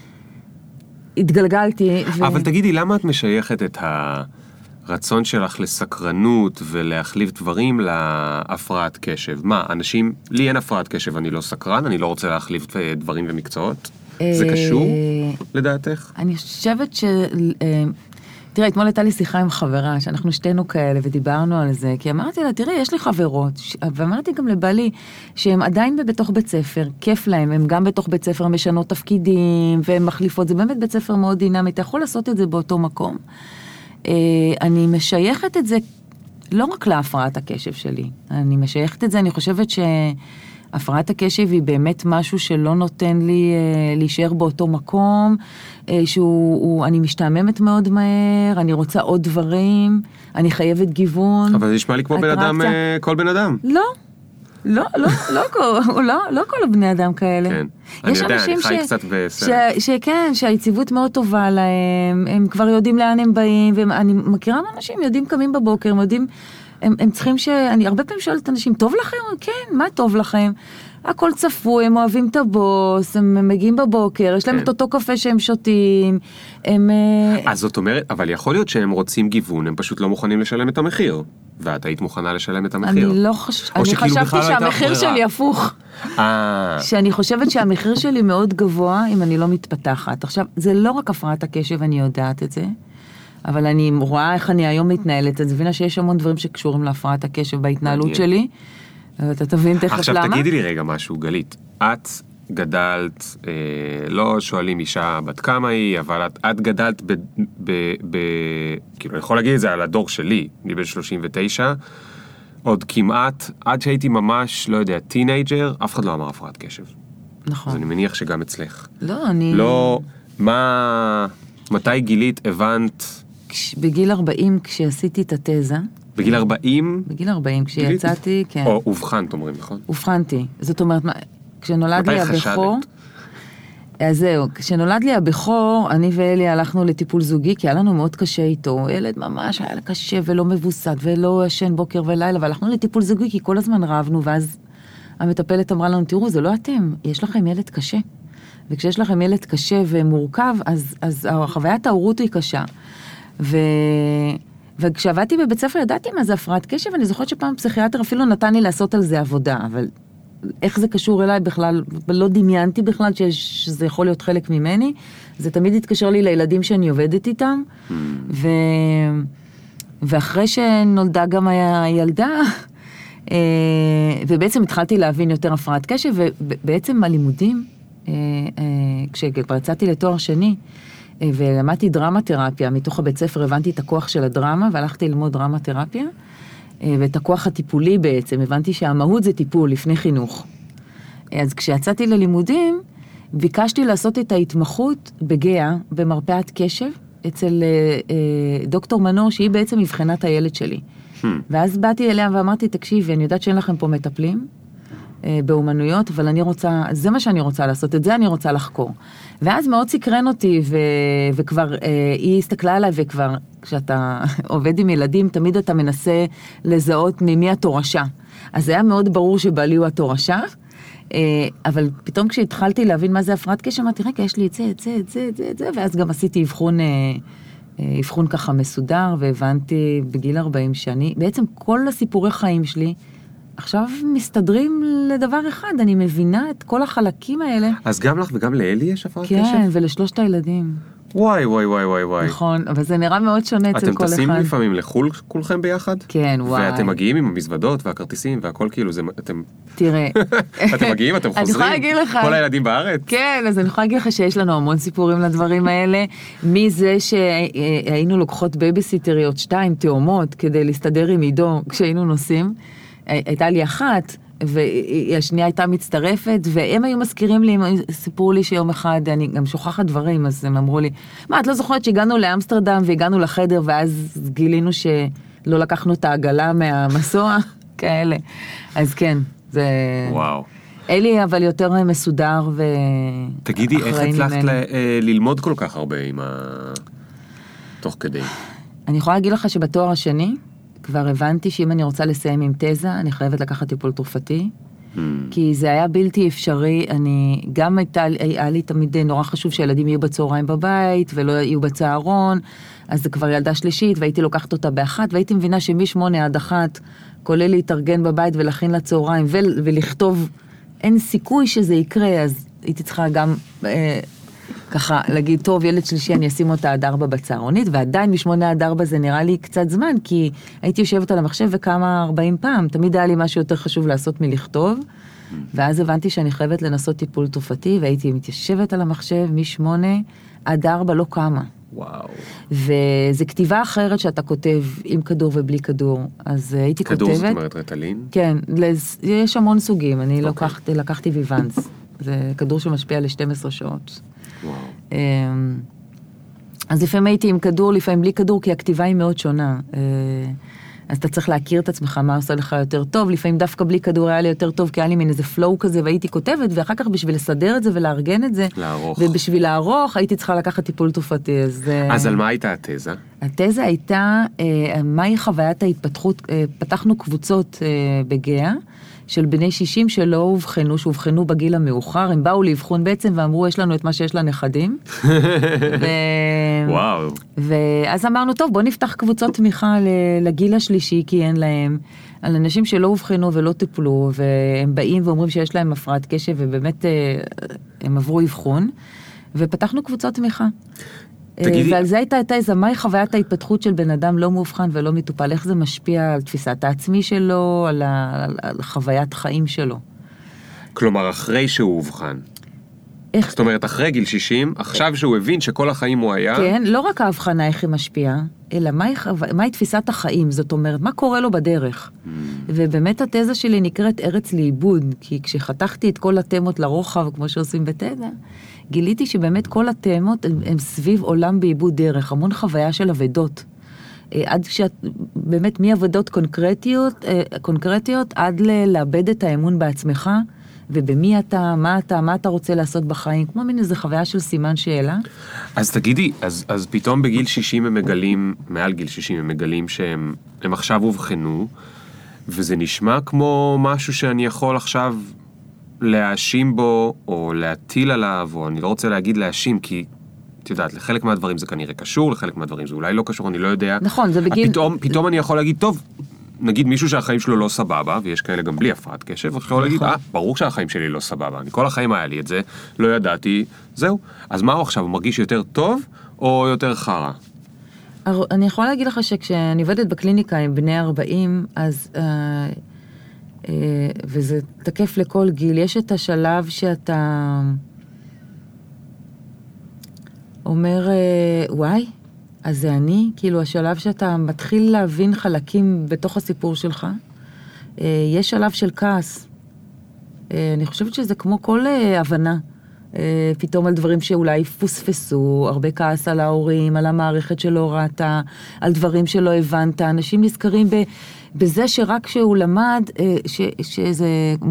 התגלגלתי. ו... אבל תגידי, למה את משייכת את הרצון שלך לסקרנות ולהחליף דברים להפרעת קשב? מה, אנשים, לי אין הפרעת קשב, אני לא סקרן, אני לא רוצה להחליף דברים ומקצועות? זה קשור, לדעתך? אני חושבת ש... תראה, אתמול הייתה לי שיחה עם חברה, שאנחנו שתינו כאלה, ודיברנו על זה, כי אמרתי לה, תראי, יש לי חברות, ואמרתי גם לבעלי, שהם עדיין בתוך בית ספר, כיף להם, הם גם בתוך בית ספר משנות תפקידים, והם מחליפות, זה באמת בית ספר מאוד דינמי, אתה יכול לעשות את זה באותו מקום. אני משייכת את זה, לא רק להפרעת הקשב שלי, אני משייכת את זה, אני חושבת ש... הפרעת הקשב היא באמת משהו שלא נותן לי אה, להישאר באותו מקום, אה, שהוא, הוא, אני משתעממת מאוד מהר, אני רוצה עוד דברים, אני חייבת גיוון. אבל זה נשמע לי כמו בן אדם, אה, כל בן אדם. לא, לא, לא, לא, לא, לא, לא כל הבני אדם כאלה. כן. אני יודע, אני חי קצת בסרט. שכן, שהיציבות מאוד טובה להם, הם כבר יודעים לאן הם באים, ואני מכירה אנשים, יודעים קמים בבוקר, הם יודעים, הם, הם צריכים ש... אני הרבה פעמים שואלת אנשים, טוב לכם? כן, מה טוב לכם? הכל צפוי, הם אוהבים את הבוס, הם מגיעים בבוקר, יש להם כן. את אותו קפה שהם שותים, הם... אז זאת אומרת, אבל יכול להיות שהם רוצים גיוון, הם פשוט לא מוכנים לשלם את המחיר. ואת היית מוכנה לשלם את המחיר. אני לא חושב, אני חשבתי שהמחיר שלי הפוך. שאני חושבת שהמחיר שלי מאוד גבוה אם אני לא מתפתחת. עכשיו, זה לא רק הפרעת הקשב, אני יודעת את זה, אבל אני רואה איך אני היום מתנהלת, אז מבינה שיש המון דברים שקשורים להפרעת הקשב בהתנהלות שלי, ואתה תבין תכף למה. עכשיו תגידי לי רגע משהו, גלית. את גדלת, אה, לא שואלים אישה בת כמה היא, אבל את, את גדלת ב, ב, ב... כאילו, אני יכול להגיד את זה על הדור שלי, אני בן שלושים ותשע, עוד כמעט, עד שהייתי ממש, לא יודע, טינאג'ר, אף אחד לא אמר הפרעת קשב. נכון. אז אני מניח שגם אצלך. לא, אני... לא, מה... מתי גילית, הבנת... בגיל ארבעים, כשעשיתי את התזה. בגיל ארבעים? בגיל ארבעים, כשיצאתי, כן. או אובחנת, אומרים, נכון? אובחנתי. זאת אומרת, כשנולד לי הבכור... אז זהו, כשנולד לי הבכור, אני ואלי הלכנו לטיפול זוגי, כי היה לנו מאוד קשה איתו. ילד ממש היה קשה ולא מבוסת, ולא ישן בוקר ולילה, והלכנו לטיפול זוגי, כי כל הזמן רבנו, ואז המטפלת אמרה לנו, תראו, זה לא אתם, יש לכם ילד קשה. וכשיש לכם ילד קשה ומורכב, אז, אז החוויית ההורות היא קשה. ו... וכשעבדתי בבית ספר, ידעתי מה זה הפרעת קשב, ואני זוכרת שפעם פסיכיאטר אפילו נתן לי לעשות על זה עבודה, אבל איך זה קשור אליי בכלל, לא דמיינתי בכלל שזה יכול להיות חלק ממני, זה תמיד התקשר לי לילדים שאני עובדת איתם, ו... ואחרי שנולדה גם הילדה, ובעצם התחלתי להבין יותר הפרעת קשב, ובעצם הלימודים, כשכבר יצאתי לתואר שני, ולמדתי דרמה תרפיה, מתוך הבית ספר הבנתי את הכוח של הדרמה, והלכתי ללמוד דרמה תרפיה, ואת הכוח הטיפולי בעצם, הבנתי שהמהות זה טיפול לפני חינוך. אז כשיצאתי ללימודים, ביקשתי לעשות את ההתמחות בגאה, במרפאת קשב, אצל דוקטור מנור, שהיא בעצם מבחנת הילד שלי. Hmm. ואז באתי אליה ואמרתי, תקשיבי, אני יודעת שאין לכם פה מטפלים, באומנויות, אבל אני רוצה, זה מה שאני רוצה לעשות, את זה אני רוצה לחקור. ואז מאוד סקרן אותי, ו, וכבר, אה, היא הסתכלה עליי, וכבר, כשאתה עובד עם ילדים, תמיד אתה מנסה לזהות ממי התורשה. אז זה היה מאוד ברור שבעלי הוא התורשה, אה, אבל פתאום כשהתחלתי להבין מה זה הפרעת קשב, אמרתי, רגע, יש לי את זה, את זה, את זה, את זה, את זה, ואז גם עשיתי אבחון, אה, אה, אבחון ככה מסודר, והבנתי בגיל ארבעים שאני, בעצם כל הסיפורי חיים שלי, עכשיו מסתדרים לדבר אחד, אני מבינה את כל החלקים האלה. אז גם לך וגם לאלי יש הפרעת קשב? כן, ולשלושת הילדים. וואי, וואי, וואי, וואי, וואי. נכון, אבל זה נראה מאוד שונה אצל כל אחד. אתם טסים לפעמים לחול כולכם ביחד? כן, וואי. ואתם מגיעים עם המזוודות והכרטיסים והכל כאילו, זה, אתם... תראה. אתם מגיעים, אתם חוזרים? אני יכולה להגיד לך. כל הילדים בארץ? כן, אז אני יכולה להגיד לך שיש לנו המון סיפורים לדברים האלה, מזה שהיינו לוקחות בייביסיטריות שתיים, תאומות, כדי להסתדר עם עידו כשהיינו נוסעים. הייתה לי אחת, והשנייה הייתה מצטרפת, והם היו מזכירים לי, סיפרו לי שיום אחד, אני גם שוכחת דברים, אז הם אמרו לי, מה, את לא זוכרת שהגענו לאמסטרדם, והגענו לחדר, ואז גילינו שלא לקחנו את העגלה מהמסוע, כאלה. אז כן, זה... וואו. אלי אבל יותר מסודר ו... תגידי, איך הצלחת ל... ללמוד כל כך הרבה עם ה... תוך כדי? אני יכולה להגיד לך שבתואר השני, כבר הבנתי שאם אני רוצה לסיים עם תזה, אני חייבת לקחת טיפול תרופתי, mm. כי זה היה בלתי אפשרי, אני, גם הייתה, היה לי תמיד נורא חשוב שהילדים יהיו בצהריים בבית, ולא יהיו בצהרון, אז זה כבר ילדה שלישית, והייתי לוקחת אותה באחת, והייתי מבינה שמשמונה עד אחת, כולל להתארגן בבית ולהכין לצהריים, ו- ולכתוב, אין סיכוי שזה יקרה, אז הייתי צריכה גם... אה, ככה, להגיד, טוב, ילד שלישי, אני אשים אותה עד ארבע בצהרונית, ועדיין משמונה עד ארבע זה נראה לי קצת זמן, כי הייתי יושבת על המחשב וכמה ארבעים פעם, תמיד היה לי משהו יותר חשוב לעשות מלכתוב, ואז הבנתי שאני חייבת לנסות טיפול תרופתי, והייתי מתיישבת על המחשב משמונה עד ארבע, לא כמה. וואו. וזה כתיבה אחרת שאתה כותב עם כדור ובלי כדור, אז הייתי כותבת... כדור זאת אומרת רטלין? כן, יש המון סוגים, אני לקחתי, לקחתי ויוונס, זה כדור שמשפיע ל-שתים עשרה שעות. וואו. אז לפעמים הייתי עם כדור, לפעמים בלי כדור, כי הכתיבה היא מאוד שונה. אז אתה צריך להכיר את עצמך, מה עושה לך יותר טוב, לפעמים דווקא בלי כדור היה לי יותר טוב, כי היה לי מין איזה פלואו כזה, והייתי כותבת, ואחר כך בשביל לסדר את זה ולארגן את זה, לערוך. ובשביל לערוך, הייתי צריכה לקחת טיפול תרופתי. אז, אז על מה הייתה התזה? התזה הייתה, מהי חוויית ההתפתחות, פתחנו קבוצות בגאה, של בני שישים שלא הובחנו, שהובחנו בגיל המאוחר, הם באו לאבחון בעצם ואמרו, יש לנו את מה שיש לנכדים. ו... וואו. ואז אמרנו, טוב, בוא נפתח קבוצות תמיכה לגיל השלישי, כי אין להם, על אנשים שלא הובחנו ולא טיפלו, והם באים ואומרים שיש להם הפרעת קשב, ובאמת הם עברו אבחון, ופתחנו קבוצות תמיכה. תגידי... ועל זה הייתה את איזה, מהי חוויית ההתפתחות של בן אדם לא מאובחן ולא מטופל, איך זה משפיע על תפיסת העצמי שלו, על, ה... על חוויית חיים שלו. כלומר, אחרי שהוא הובחן. איך... זאת אומרת, אחרי גיל שישים, עכשיו שהוא הבין שכל החיים הוא היה... כן, לא רק ההבחנה איך היא משפיעה, אלא מהי, חו... מהי תפיסת החיים, זאת אומרת, מה קורה לו בדרך. Mm. ובאמת התזה שלי נקראת ארץ לאיבוד, כי כשחתכתי את כל התמות לרוחב, כמו שעושים בתזה, גיליתי שבאמת כל התאמות הם סביב עולם בעיבוד דרך, המון חוויה של עבדות. עד שאת, באמת מעבדות קונקרטיות, קונקרטיות עד לאבד את האמון בעצמך, ובמי אתה, מה אתה, מה אתה רוצה לעשות בחיים, כמו מין איזו חוויה של סימן שאלה. אז תגידי, אז, אז פתאום בגיל שישים הם מגלים, מעל גיל שישים הם מגלים שהם הם עכשיו הובחנו, וזה נשמע כמו משהו שאני יכול עכשיו... להאשים בו, או להטיל עליו, או אני לא רוצה להגיד להאשים, כי, את יודעת, לחלק מהדברים זה כנראה קשור, לחלק מהדברים זה אולי לא קשור, אני לא יודע. נכון, זה בגיל... פתאום, פתאום אני יכול להגיד, טוב, נגיד מישהו שהחיים שלו לא סבבה, ויש כאלה גם בלי הפרעת קשב, ואני יכול להגיד, אה, ברור שהחיים שלי לא סבבה, אני כל החיים היה לי את זה, לא ידעתי, זהו. אז מה הוא עכשיו, הוא מרגיש יותר טוב, או יותר חרא? אני יכולה להגיד לך שכשאני עובדת בקליניקה עם בני ארבעים, אז... וזה תקף לכל גיל, יש את השלב שאתה אומר, וואי, אז זה אני, כאילו השלב שאתה מתחיל להבין חלקים בתוך הסיפור שלך, יש שלב של כעס, אני חושבת שזה כמו כל הבנה, פתאום על דברים שאולי פוספסו, הרבה כעס על ההורים, על המערכת שלא ראתה, על דברים שלא הבנת, אנשים נזכרים ב... בזה שרק שהוא למד, ש, שאיזה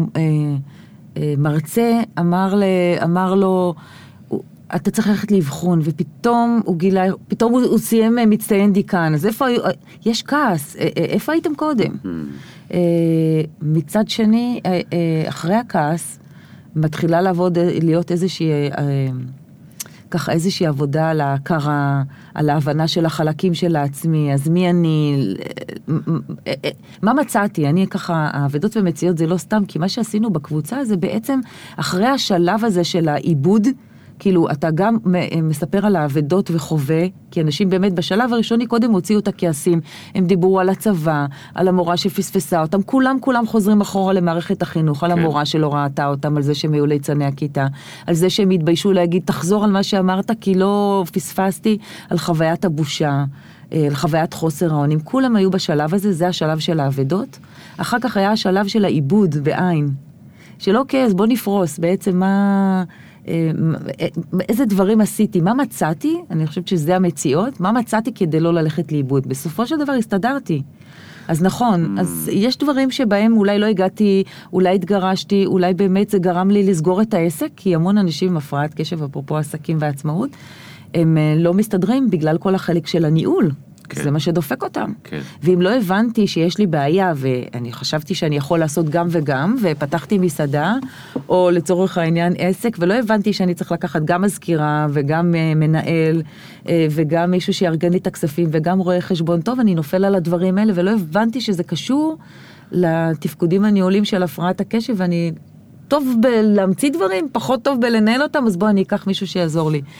מרצה אמר, ל, אמר לו, אתה צריך ללכת לאבחון, ופתאום הוא גילה, פתאום הוא, הוא סיים מצטיין דיקן, אז איפה, יש כעס, איפה הייתם קודם? Mm. מצד שני, אחרי הכעס, מתחילה לעבוד, להיות איזושהי... ככה איזושהי עבודה על ההכרה, על ההבנה של החלקים של העצמי, אז מי אני, מה מצאתי? אני ככה, העבדות ומציאות זה לא סתם, כי מה שעשינו בקבוצה זה בעצם, אחרי השלב הזה של העיבוד, כאילו, אתה גם מספר על העבדות וחווה, כי אנשים באמת בשלב הראשוני קודם הוציאו את הכעסים, הם דיברו על הצבא, על המורה שפספסה אותם, כולם כולם חוזרים אחורה למערכת החינוך, על המורה שלא ראתה אותם, על זה שהם היו ליצני הכיתה, על זה שהם התביישו להגיד, תחזור על מה שאמרת, כי לא פספסתי, על חוויית הבושה, על חוויית חוסר האונים, כולם היו בשלב הזה, זה השלב של העבדות, אחר כך היה השלב של העיבוד בעין, שלא כעס, בוא נפרוס, בעצם מה... איזה דברים עשיתי, מה מצאתי, אני חושבת שזה המציאות, מה מצאתי כדי לא ללכת לאיבוד, בסופו של דבר הסתדרתי, אז נכון, mm. אז יש דברים שבהם אולי לא הגעתי, אולי התגרשתי, אולי באמת זה גרם לי לסגור את העסק, כי המון אנשים עם הפרעת קשב, אפרופו עסקים ועצמאות, הם לא מסתדרים בגלל כל החלק של הניהול, כן. זה מה שדופק אותם. כן. ואם לא הבנתי שיש לי בעיה, ואני חשבתי שאני יכול לעשות גם וגם, ופתחתי מסעדה, או לצורך העניין עסק, ולא הבנתי שאני צריך לקחת גם מזכירה, וגם מנהל, וגם מישהו שיארגן לי את הכספים, וגם רואה חשבון טוב, אני נופל על הדברים האלה, ולא הבנתי שזה קשור לתפקודים הניהולים של הפרעת הקשב, ואני טוב בלהמציא דברים, פחות טוב בלנהל אותם, אז בוא אני אקח מישהו שיעזור לי.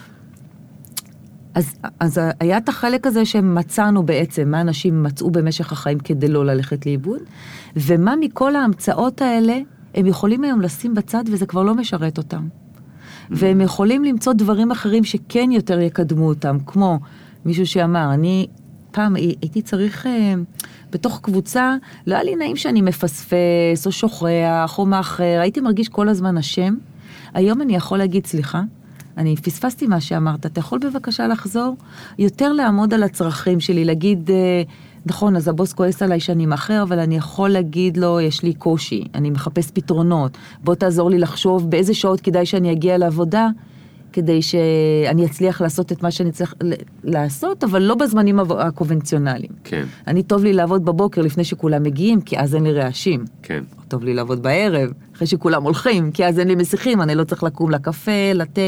אז, אז היה את החלק הזה שמצאנו בעצם, מה אנשים מצאו במשך החיים כדי לא ללכת לאיבוד, ומה מכל ההמצאות האלה הם יכולים היום לשים בצד וזה כבר לא משרת אותם. והם יכולים למצוא דברים אחרים שכן יותר יקדמו אותם, כמו מישהו שאמר, אני פעם הייתי צריך, בתוך קבוצה, לא היה לי נעים שאני מפספס או שוכח או מאחר, הייתי מרגיש כל הזמן אשם, היום אני יכול להגיד סליחה, אני פספסתי מה שאמרת, אתה יכול בבקשה לחזור? יותר לעמוד על הצרכים שלי, להגיד, נכון, אז הבוס כועס עליי שאני מאחר, אבל אני יכול להגיד לו, יש לי קושי, אני מחפש פתרונות, בוא תעזור לי לחשוב באיזה שעות כדאי שאני אגיע לעבודה, כדי שאני אצליח לעשות את מה שאני צריך לעשות, אבל לא בזמנים הקונבנציונליים. כן. אני טוב לי לעבוד בבוקר לפני שכולם מגיעים, כי אז אין לי רעשים. כן. טוב לי לעבוד בערב, אחרי שכולם הולכים, כי אז אין לי מסיכים, אני לא צריך לקום לקפה, לתה.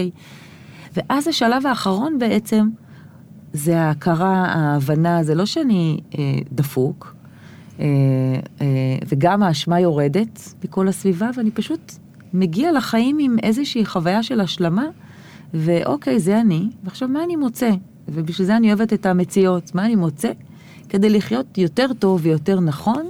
ואז השלב האחרון בעצם, זה ההכרה, ההבנה, זה לא שאני אה, דפוק, אה, אה, וגם האשמה יורדת בכל הסביבה, ואני פשוט מגיע לחיים עם איזושהי חוויה של השלמה, ואוקיי, זה אני, ועכשיו מה אני מוצא? ובשביל זה אני אוהבת את המציאות, מה אני מוצא? כדי לחיות יותר טוב ויותר נכון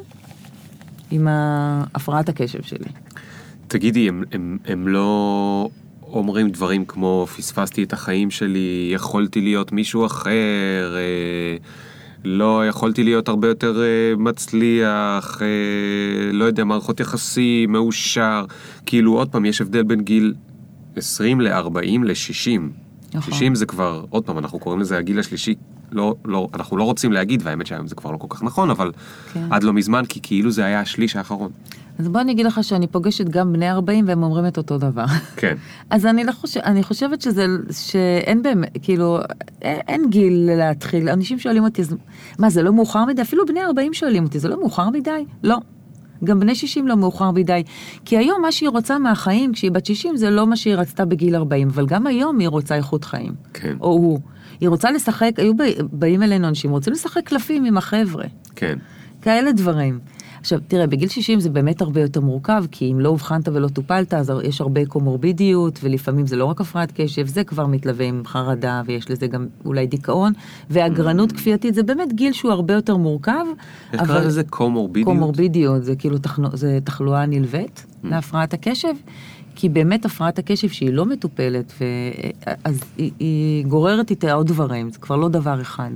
עם הפרעת הקשב שלי. תגידי, הם, הם, הם לא אומרים דברים כמו, פספסתי את החיים שלי, יכולתי להיות מישהו אחר, אה, לא יכולתי להיות הרבה יותר אה, מצליח, אה, לא יודע, מערכות יחסים, מאושר, כאילו עוד פעם, יש הבדל בין גיל עשרים ל-ארבעים ל-שישים. נכון. שישים זה כבר, עוד פעם, אנחנו קוראים לזה הגיל השלישי, לא, לא, אנחנו לא רוצים להגיד, והאמת שהיום זה כבר לא כל כך נכון, אבל כן. עד לא מזמן, כי כאילו זה היה השליש האחרון. אז בוא אני אגיד לך שאני פוגשת גם בני ארבעים, והם אומרים את אותו דבר. כן. אז אני, לא חושב, אני חושבת שזה, שאין באמת, כאילו, אין, אין גיל להתחיל. אנשים שואלים אותי, מה, זה לא מאוחר מדי? אפילו בני ארבעים שואלים אותי, זה לא מאוחר מדי? לא. גם בני שישים לא מאוחר מדי. כי היום מה שהיא רוצה מהחיים, כשהיא בת שישים, זה לא מה שהיא רצתה בגיל ארבעים, אבל גם היום היא רוצה איכות חיים. כן. או הוא. היא רוצה לשחק, היו באים אלינו אנשים, רוצים לשחק קלפים עם החבר'ה. כן. כאלה דברים. עכשיו, תראה, בגיל שישים זה באמת הרבה יותר מורכב, כי אם לא הובחנת ולא טופלת, אז יש הרבה קומורבידיות, ולפעמים זה לא רק הפרעת קשב, זה כבר מתלווה עם חרדה, ויש לזה גם אולי דיכאון, והגרנות כפייתית, זה באמת גיל שהוא הרבה יותר מורכב. איך קרא לזה קומורבידיות? קומורבידיות, זה כאילו תחלו, זה תחלואה נלווית להפרעת הקשב, כי באמת הפרעת הקשב שהיא לא מטופלת, ו... אז היא, היא גוררת איתה עוד דברים, זה כבר לא דבר אחד.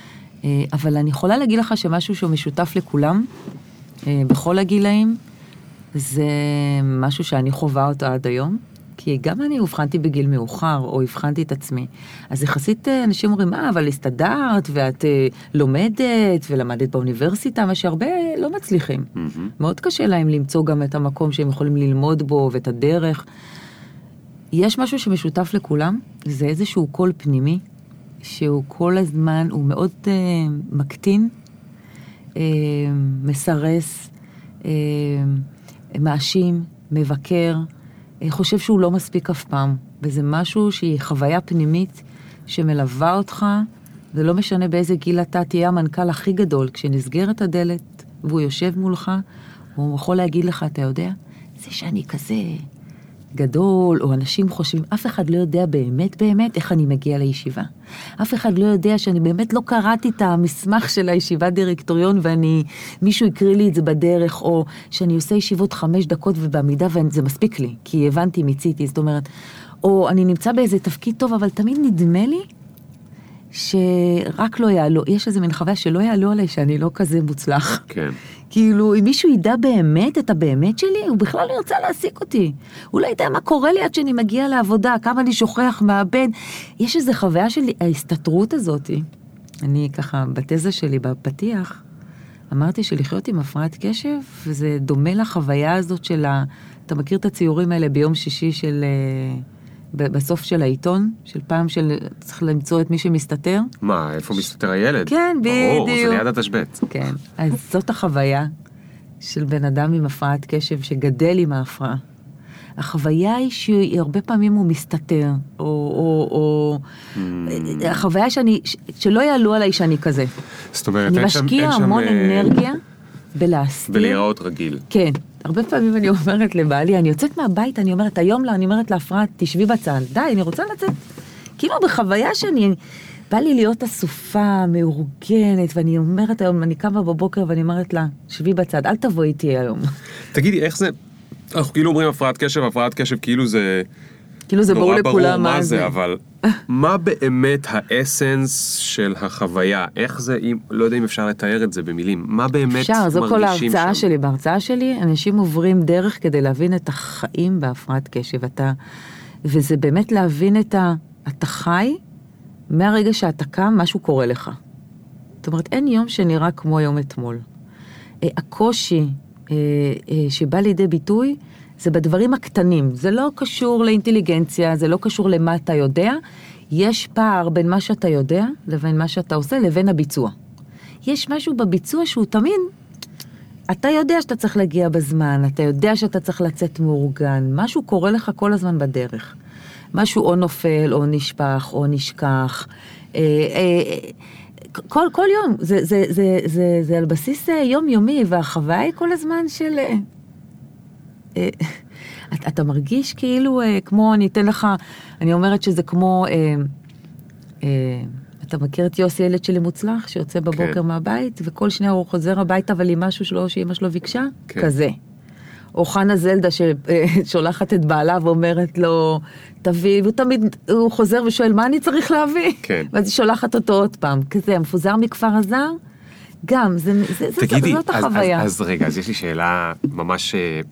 אבל אני יכולה להגיד לך שמשהו שהוא משותף לכולם, בכל הגילאים, זה משהו שאני חובה אותו עד היום, כי גם אני הבחנתי בגיל מאוחר, או הבחנתי את עצמי. אז יחסית אנשים אומרים, אה, אבל הסתדרת, ואת לומדת, ולמדת באוניברסיטה, מה שהרבה לא מצליחים. Mm-hmm. מאוד קשה להם למצוא גם את המקום שהם יכולים ללמוד בו, ואת הדרך. יש משהו שמשותף לכולם, זה איזשהו קול פנימי, שהוא כל הזמן, הוא מאוד uh, מקטין, uh, מסרס, uh, מאשים, מבקר, uh, חושב שהוא לא מספיק אף פעם, וזה משהו שהיא חוויה פנימית שמלווה אותך, ולא משנה באיזה גיל אתה תהיה המנכ"ל הכי גדול, כשנסגרת הדלת והוא יושב מולך, הוא יכול להגיד לך, אתה יודע, זה שאני כזה גדול, או אנשים חושבים, אף אחד לא יודע באמת באמת איך אני מגיע לישיבה. אף אחד לא יודע שאני באמת לא קראתי את המסמך של הישיבת דירקטוריון, ואני, מישהו יקריא לי את זה בדרך, או שאני עושה ישיבות חמש דקות ובעמידה, וזה מספיק לי, כי הבנתי, מיציתי, זאת אומרת, או אני נמצא באיזה תפקיד טוב, אבל תמיד נדמה לי, שרק לא יעלו, יש איזה מין חוויה שלא יעלו עליי, שאני לא כזה מוצלח. כן. כאילו, אם מישהו ידע באמת את הבאמת שלי, הוא בכלל לא ירצה להעסיק אותי. הוא לא ידע מה קורה לי עד שאני מגיע לעבודה, כמה אני שוכח מהבן. יש איזו חוויה שלי, ההסתתרות הזאת. אני ככה, בתזה שלי, בפתיח, אמרתי שלחיות עם הפרעת קשב, וזה דומה לחוויה הזאת של ה... אתה מכיר את הציורים האלה ביום שישי של... בסוף של העיתון, של פעם של צריך למצוא את מי שמסתתר. מה, איפה מסתתר הילד? כן, בדיוק. ברור, זה ליד התשבט. כן, אז זאת החוויה של בן אדם עם הפרעת קשב שגדל עם ההפרעה. החוויה היא שהרבה פעמים הוא מסתתר, או, או, או mm. החוויה שאני, שלא יעלו עליי שאני כזה. זאת אומרת, אני אין שם... משקיע המון שם... אנרגיה בלהסתיר. בלהיראות רגיל. כן. הרבה פעמים אני אומרת לבעלי, אני יוצאת מהבית, אני אומרת, היום לה, אני אומרת להפרעת, תשבי בצד, די, אני רוצה לצאת. כאילו בחוויה שאני, בא לי להיות אסופה, מאורגנת, ואני אומרת היום, אני קמה בבוקר ואני אומרת לה, שבי בצד, אל תבוא איתי היום. תגידי, איך זה, אנחנו כאילו אומרים הפרעת קשב, הפרעת קשב, כאילו זה... כאילו זה ברור לכולם מה זה, אבל מה באמת האסנס של החוויה? איך זה, לא יודע אם אפשר לתאר את זה במילים, מה באמת מרגישים שם? אפשר, זו כל ההרצאה שלי. בהרצאה שלי, אנשים עוברים דרך כדי להבין את החיים בהפרעת קשב. אתה וזה באמת להבין את ה... אתה חי, מהרגע שאתה קם, משהו קורה לך. זאת אומרת, אין יום שנראה כמו יום אתמול. הקושי שבא לידי ביטוי, זה בדברים הקטנים. זה לא קשור לאינטליגנציה, זה לא קשור למה אתה יודע. יש פער בין מה שאתה יודע, לבין מה שאתה עושה, לבין הביצוע. יש משהו בביצוע שהוא תמיד, אתה יודע שאתה צריך להגיע בזמן, אתה יודע שאתה צריך לצאת מאורגן, משהו קורה לך כל הזמן בדרך. משהו או נופל, או נשפח, או נשכח. אה, אה, כל, כל יום, זה, זה, זה, זה, זה על בסיס יומיומי, והחוויה היא כל הזמן של... אה, אה, אתה, אתה מרגיש כאילו, אה, כמו, אני אתן לך, אני אומרת שזה כמו... אה, אה, אתה מכיר את יוסי, ילד שלי מוצלח, שיוצא בבוקר כן. מהבית, וכל שנייה הוא חוזר הביתה, אבל עם משהו שלו, שאמא שלו ביקשה? כן. כזה. או חנה זלדה ששולחת את בעלה ואומרת לו, תביא, והוא תמיד, הוא חוזר ושואל, מה אני צריך להביא? כן. ואז היא שולחת אותו עוד פעם, כזה, המפוזר מכפר הזר, גם, זה, זה, תגידי, זאת אז, החוויה. אז, אז רגע, אז יש לי שאלה ממש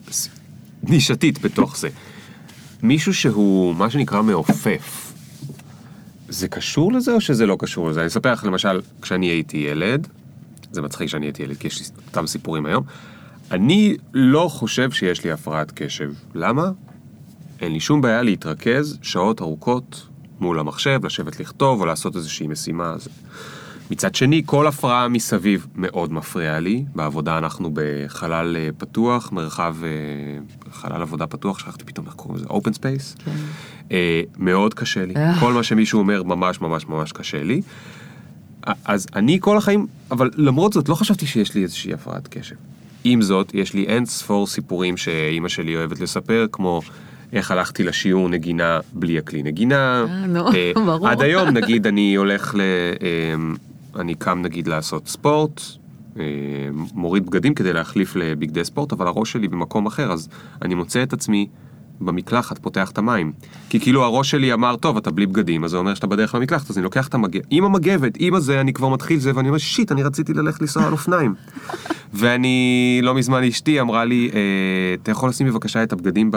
נישתית בתוך זה. מישהו שהוא, מה שנקרא, מעופף, זה קשור לזה או שזה לא קשור לזה? אני אספר לך, למשל, כשאני הייתי ילד, זה מצחיק שאני הייתי ילד, כי יש לי אותם סיפורים היום, אני לא חושב שיש לי הפרעת קשב. למה? אין לי שום בעיה להתרכז שעות ארוכות מול המחשב, לשבת לכתוב או לעשות איזושהי משימה. מצד שני, כל הפרעה מסביב מאוד מפריע לי. בעבודה אנחנו בחלל פתוח, מרחב, חלל עבודה פתוח, שכחתי פתאום איך קוראים לזה, open space. כן. מאוד קשה לי. כל מה שמישהו אומר ממש ממש ממש קשה לי. אז אני כל החיים, אבל למרות זאת לא חשבתי שיש לי איזושהי הפרעת קשב. עם זאת, יש לי אין ספור סיפורים שאימא שלי אוהבת לספר, כמו איך הלכתי לשיעור נגינה בלי הכלי נגינה. אה, נו, ברור. עד היום, נגיד, אני הולך ל... אני קם, נגיד, לעשות ספורט, מוריד בגדים כדי להחליף לבגדי ספורט, אבל הראש שלי במקום אחר, אז אני מוצא את עצמי במקלחת, פותח את המים. כי כאילו הראש שלי אמר, טוב, אתה בלי בגדים, אז זה אומר שאתה בדרך למקלחת, אז אני לוקח את המגבת. עם המגבת, עם הזה, אני כבר מתחיל זה, ואני אומר, שיט, אני רציתי ללכת לנסוע על אופניים. ואני, לא מזמן אשתי, אמרה לי, אתה יכול לשים בבקשה את הבגדים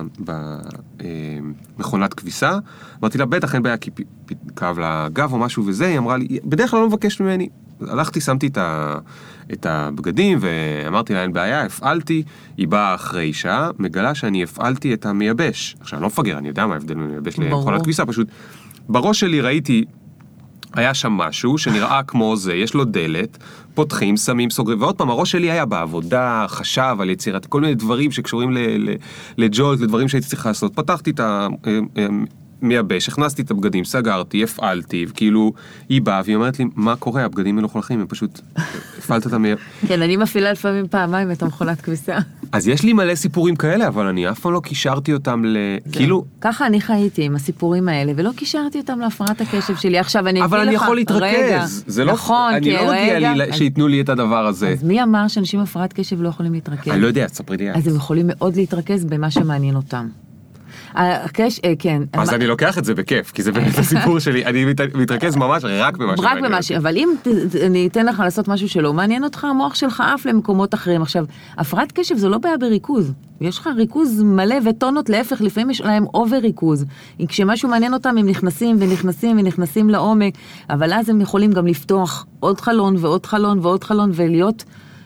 במכונת כביסה? אמרתי לה, בטח, אין בעיה, כי כאב לגב או משהו וזה, היא אמרה לי, בדרך כלל לא מבקש ממני. הלכתי, שמתי את ה... את הבגדים, ואמרתי לה, אין בעיה, הפעלתי, היא באה אחרי שעה, מגלה שאני הפעלתי את המייבש. עכשיו, אני לא מפגר, אני יודע מה ההבדל ממייבש למכונת כביסה, פשוט בראש שלי ראיתי, היה שם משהו שנראה כמו זה, יש לו דלת, פותחים, שמים, סוגרים, ועוד פעם, הראש שלי היה בעבודה, חשב על יצירת, כל מיני דברים שקשורים לג'ולט, לדברים שהייתי צריך לעשות. פתחתי את ה... מייבש, הכנסתי את הבגדים, סגרתי, הפעלתי, וכאילו, היא באה והיא אומרת לי, מה קורה? הבגדים מלוכלכים, הם פשוט, הפעלת את המייבש. כן, אני מפעילה לפעמים פעמיים את המכונת כביסה. אז יש לי מלא סיפורים כאלה, אבל אני אף פעם לא קישרתי אותם ל... כאילו... ככה אני חייתי עם הסיפורים האלה, ולא קישרתי אותם להפרעת הקשב שלי. עכשיו אני אגיד לך... אבל אני יכול להתרכז. נכון, אני לא מגיע לי שיתנו לי את הדבר הזה. אז מי אמר שאנשים עם הפרעת קשב לא יכולים להתרכז? אני לא יודע, תספרי לי. אז הם יכולים מאוד להתרכז במה שמעניין אותם. הקש, כן. אז אני לוקח את זה בכיף, כי זה באמת הסיפור שלי, אני מתרכז ממש רק במה שמעניין. רק במה ש... אבל אם אני אתן לך לעשות משהו שלא מעניין אותך, המוח שלך אף למקומות אחרים. עכשיו, הפרעת קשב זה לא בעיה בריכוז. יש לך ריכוז מלא וטונות, להפך, לפעמים יש להם אובר ריכוז. כשמשהו מעניין אותם, הם נכנסים ונכנסים ונכנסים לעומק, אבל אז הם יכולים גם לפתוח עוד חלון ועוד חלון ועוד חלון, ולהיות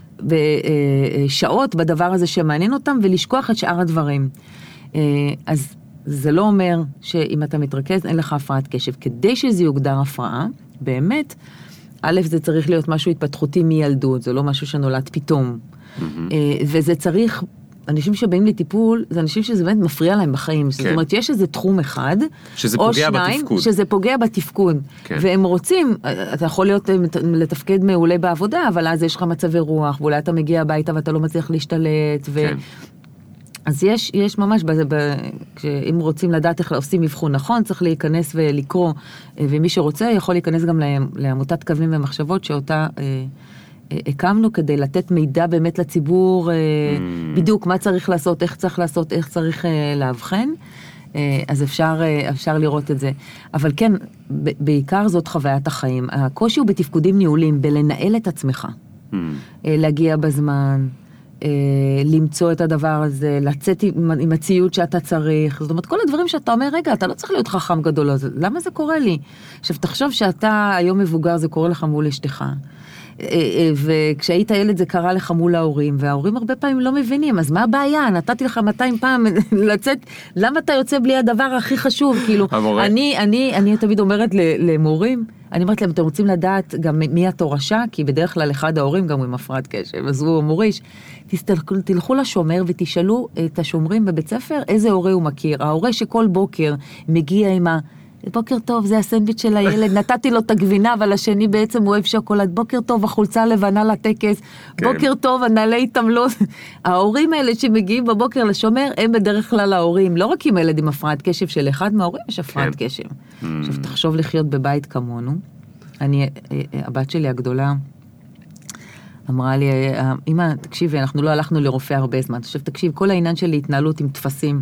בשעות בדבר הזה שמעניין אותם, ולשכוח את שאר הדברים. אז זה לא אומר שאם אתה מתרכז אין לך הפרעת קשב. כדי שזה יוגדר הפרעה, באמת, א', זה צריך להיות משהו התפתחותי מילדות, זה לא משהו שנולד פתאום. וזה צריך, אנשים שבאים לטיפול, זה אנשים שזה באמת מפריע להם בחיים. זאת אומרת, יש איזה תחום אחד, או שניים, שזה פוגע בתפקוד. והם רוצים, אתה יכול להיות לתפקד מעולה בעבודה, אבל אז יש לך מצבי רוח, ואולי אתה מגיע הביתה ואתה לא מצליח להשתלט, ו... אז יש, יש ממש, אם רוצים לדעת איך עושים מבחון נכון, צריך להיכנס ולקרוא, ומי שרוצה יכול להיכנס גם לעמותת קווים ומחשבות, שאותה הקמנו כדי לתת מידע באמת לציבור, בדיוק מה צריך לעשות, איך צריך לעשות, איך צריך להבחן, אז אפשר, אפשר לראות את זה. אבל כן, בעיקר זאת חוויית החיים. הקושי הוא בתפקודים ניהולים, בלנהל את עצמך, להגיע בזמן, למצוא את הדבר הזה, לצאת עם, עם הציוד שאתה צריך, זאת אומרת, כל הדברים שאתה אומר, רגע, אתה לא צריך להיות חכם גדול, אז למה זה קורה לי? עכשיו, תחשוב שאתה היום מבוגר, זה קורה לך מול אשתך, וכשהיית ילד זה קרה לך מול ההורים, וההורים הרבה פעמים לא מבינים, אז מה הבעיה? נתתי לך מאתיים פעם לצאת, למה אתה יוצא בלי הדבר הכי חשוב? כאילו, אני, אני, אני תמיד אומרת למורים, אני אומרת להם, אתם רוצים לדעת גם מי התורשה, כי בדרך כלל אחד ההורים גם הוא עם הפרעת קשב, אז הוא מוריש, תסתכלו, תלכו לשומר ותשאלו את השומרים בבית ספר, איזה הורה הוא מכיר. ההורה שכל בוקר מגיע עם ה... בוקר טוב, זה הסנדוויץ' של הילד, נתתי לו את הגבינה, אבל השני בעצם הוא אוהב שוקולד. בוקר טוב, החולצה הלבנה לטקס. כן. בוקר טוב, הנעלי התעמלות. ההורים האלה שמגיעים בבוקר לשומר, הם בדרך כלל ההורים, לא רק עם הילד עם הפרעת קשב, של אחד מההורים יש הפרעת כן. קשב. Mm. עכשיו, תחשוב לחיות בבית כמונו. אני, הבת שלי הגדולה, אמרה לי, אמא, תקשיבי, אנחנו לא הלכנו לרופא הרבה זמן. עכשיו, תקשיב, כל העניין של התנהלות עם תפסים,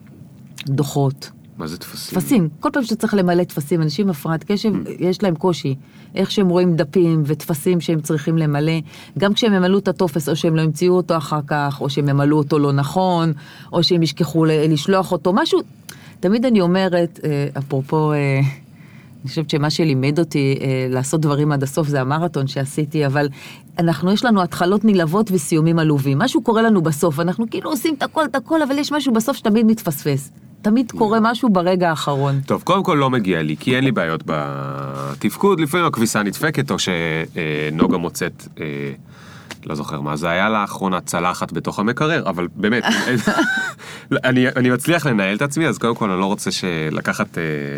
דוחות, מה זה תפסים? תפסים. כל פעם שאתה צריך למלא תפסים, אנשים הפרעת קשב, mm. יש להם קושי. איך שהם רואים דפים ותפסים שהם צריכים למלא, גם כשהם ממלאו את הטופס, או שהם לא המציאו אותו אחר כך, או שהם ממלאו אותו לא נכון, או שהם ישכחו לשלוח אותו, משהו. תמיד אני אומרת, אפרופו, אני חושבת שמה שלימד אותי לעשות דברים עד הסוף, זה המרתון שעשיתי, אבל אנחנו, יש לנו התחלות נלוות וסיומים עלובים. משהו קורה לנו בסוף, אנחנו כאילו עושים את הכל, את הכל, אבל יש משהו בסוף שתמיד מתפספס. תמיד קורה משהו ברגע האחרון. טוב, קודם כל לא מגיע לי, כי אין לי בעיות בתפקוד, לפעמים הכביסה נדפקת, או שנוגה מוצאת, לא זוכר מה, זה היה לאחרונה צלחת בתוך המקרר, אבל באמת, אני, אני מצליח לנהל את עצמי, אז קודם כל אני לא רוצה לקחת,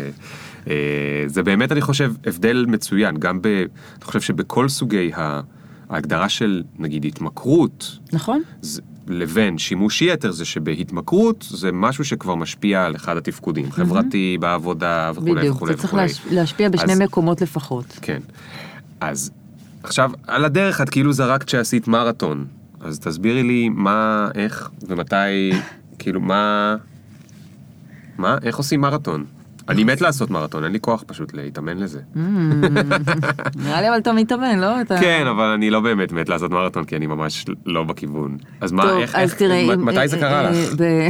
זה באמת, אני חושב, הבדל מצוין, גם ב, אני חושב שבכל סוגי ההגדרה של, נגיד, התמכרות, נכון. זה, לבין שימוש יתר, זה שבהתמכרות זה משהו שכבר משפיע על אחד התפקודים, חברתי, בעבודה וכו' וכו'. בדיוק, זה צריך להשפיע בשני מקומות לפחות. כן. אז עכשיו, על הדרך את כאילו זרקת שעשית מרתון, אז תסבירי לי מה, איך ומתי, כאילו מה, מה, איך עושים מרתון? אני מת לעשות מרתון, אין לי כוח פשוט להתאמן לזה. נראה לי אבל אתה מתאמן, לא? כן, אבל אני לא באמת מת לעשות מרתון, כי אני ממש לא בכיוון. אז מה, איך, איך, מתי זה קרה לך?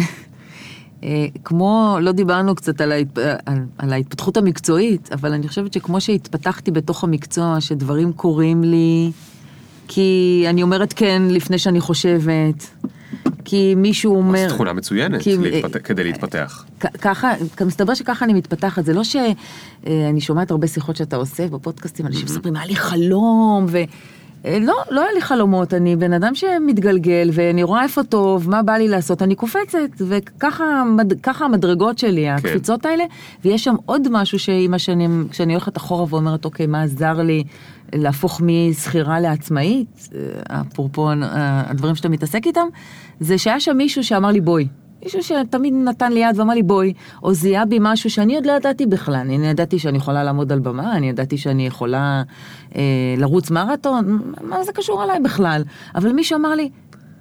כמו, לא דיברנו קצת על ההתפתחות המקצועית, אבל אני חושבת שכמו שהתפתחתי בתוך המקצוע, שדברים קורים לי, כי אני אומרת כן לפני שאני חושבת, כי מישהו אומר... אז תכונה מצוינת כדי להתפתח. ככה, מסתבר שככה אני מתפתחת. זה לא שאני שומעת הרבה שיחות שאתה עושה בפודקאסטים, אנשים מספרים, היה לי חלום, ולא, לא היה לי חלומות, אני בן אדם שמתגלגל, ואני רואה איפה טוב, מה בא לי לעשות, אני קופצת, וככה המדרגות שלי, הקפיצות האלה, ויש שם עוד משהו שעם השנים, כשאני הולכת אחורה ואומרת, אוקיי, מה עזר לי להפוך מסחירה לעצמאית, אפרופו הדברים שאתה מתעסק איתם, זה שהיה שם מישהו שאמר לי בואי, מישהו שתמיד נתן לי יד ואמר לי בואי, או זיהה בי משהו שאני עוד לא ידעתי בכלל, אני ידעתי שאני יכולה לעמוד על במה, אני ידעתי שאני יכולה אה, לרוץ מרתון, מה זה קשור עליי בכלל? אבל מישהו אמר לי,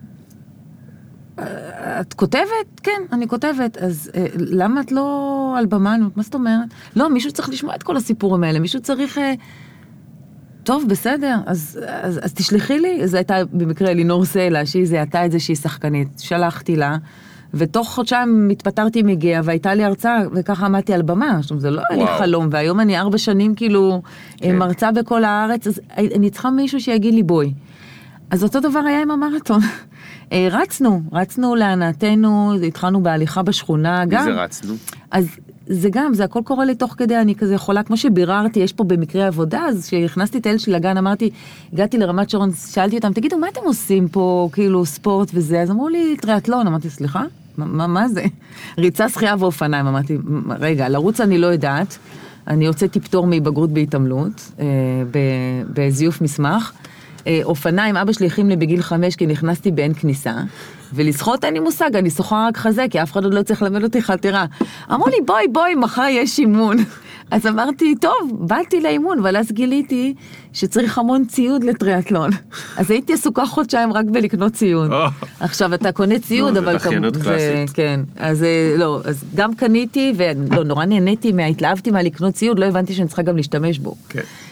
את כותבת? כן, אני כותבת, אז אה, למה את לא על במה? מה זאת אומרת? לא, מישהו צריך לשמוע את כל הסיפורים האלה, מישהו צריך... אה, טוב, בסדר, אז, אז, אז תשלחי לי, זה הייתה במקרה אלינור סלע, שהיא זיהתה את זה שהיא שחקנית, שלחתי לה, ותוך חודשיים מתפטרתי מגיע, והייתה לי הרצאה, וככה עמדתי על במה, זאת אומרת, זה לא היה לי חלום, והיום אני ארבע שנים כאילו כן. מרצה בכל הארץ, אז אני צריכה מישהו שיגיד לי בואי. אז אותו דבר היה עם המרתון. רצנו, רצנו להנעתנו, התחלנו בהליכה בשכונה גם. מי זה רצנו? אז זה גם, זה הכל קורה לי תוך כדי, אני כזה יכולה, כמו שביררתי, יש פה במקרה עבודה, אז כשהכנסתי את הילד שלי לגן, אמרתי, הגעתי לרמת שרון, שאלתי אותם, תגידו, מה אתם עושים פה, כאילו, ספורט וזה? אז אמרו לי, טריאטלון, אמרתי, סליחה? מה, מה זה? ריצה, שחייה ואופניים, אמרתי, רגע, לרוץ אני לא יודעת, אני הוצאתי פטור מבגרות בהתעמלות, אה, בזיוף מסמך, אה, אופניים, אבא שלי הכין לי בגיל חמש, כי נכנסתי באין כניסה, ולשחות אין לי מושג, אני שוחה רק חזה, כי אף אחד עוד לא צריך ללמד אותי חתירה. אמרו לי, בואי, בואי, מחר יש אימון. אז אמרתי, טוב, באתי לאימון, אבל אז גיליתי שצריך המון ציוד לטריאטלון. אז הייתי עסוקה חודשיים רק בלקנות ציוד. עכשיו, אתה קונה ציוד, אבל... זה דחיינות קלאסית. כן, אז לא, אז גם קניתי, ולא, נורא נהניתי, התלהבתי מה לקנות ציוד, לא הבנתי שאני צריכה גם להשתמש בו.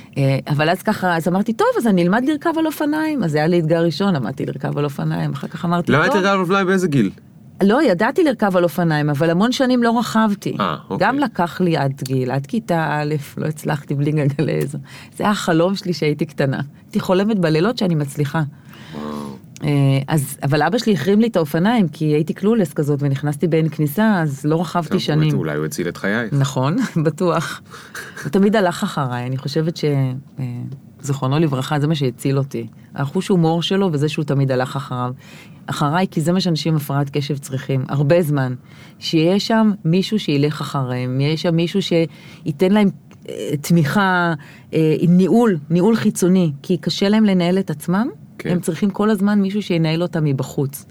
אבל אז ככה, אז אמרתי, טוב, אז אני אלמד לרכב על אופניים. אז זה היה לי אתגר ראשון, למדתי לרכב על אופניים. אחר כך אמרתי, טוב. למה לרכב על אופניים באיזה גיל? לא, ידעתי לרכב על אופניים, אבל המון שנים לא רכבתי. אה, אוקיי. גם לקח לי עד גיל, עד כיתה א', לא הצלחתי בלי גלגלי עזר. זה היה החלום שלי שהייתי קטנה. הייתי חולמת בלילות שאני מצליחה. אז, אבל אבא שלי החרים לי את האופניים, כי הייתי קלולס כזאת, ונכנסתי בין כניסה, אז לא רכבתי שנים. אולי הוא הציל את חיי. נכון, בטוח. הוא תמיד הלך אחריי, אני חושבת שזכרונו לברכה, זה מה שהציל אותי. החוש הומור שלו, וזה שהוא תמיד הלך אחריו. אחריי, כי זה מה שאנשים הפרעת קשב צריכים, הרבה זמן. שיהיה שם מישהו שילך אחריהם, יהיה שם מישהו שייתן להם תמיכה, ניהול, ניהול חיצוני, כי קשה להם לנהל את עצמם, כן. הם צריכים כל הזמן מישהו שינהל אותם מבחוץ.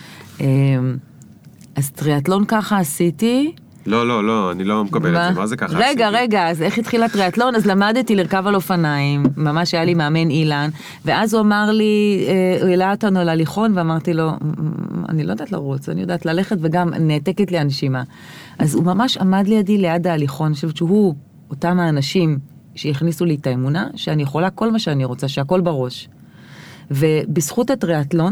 אז טריאטלון ככה עשיתי. לא, לא, לא, אני לא מקבל את זה, מה זה ככה עשיתי? רגע, רגע, אז איך התחיל הטריאטלון? אז למדתי לרכב על אופניים, ממש היה לי מאמן אילן, ואז הוא אמר לי, הוא העלה אותנו להליכון, ואמרתי לו, אני לא יודעת לרוץ, אני יודעת ללכת, וגם נעתקת לי הנשימה. אז הוא ממש עמד לידי ליד ההליכון, אני חושבת שהוא, אותם האנשים שהכניסו לי את האמונה, שאני יכולה כל מה שאני רוצה, שהכל בראש. ובזכות הטריאטלון,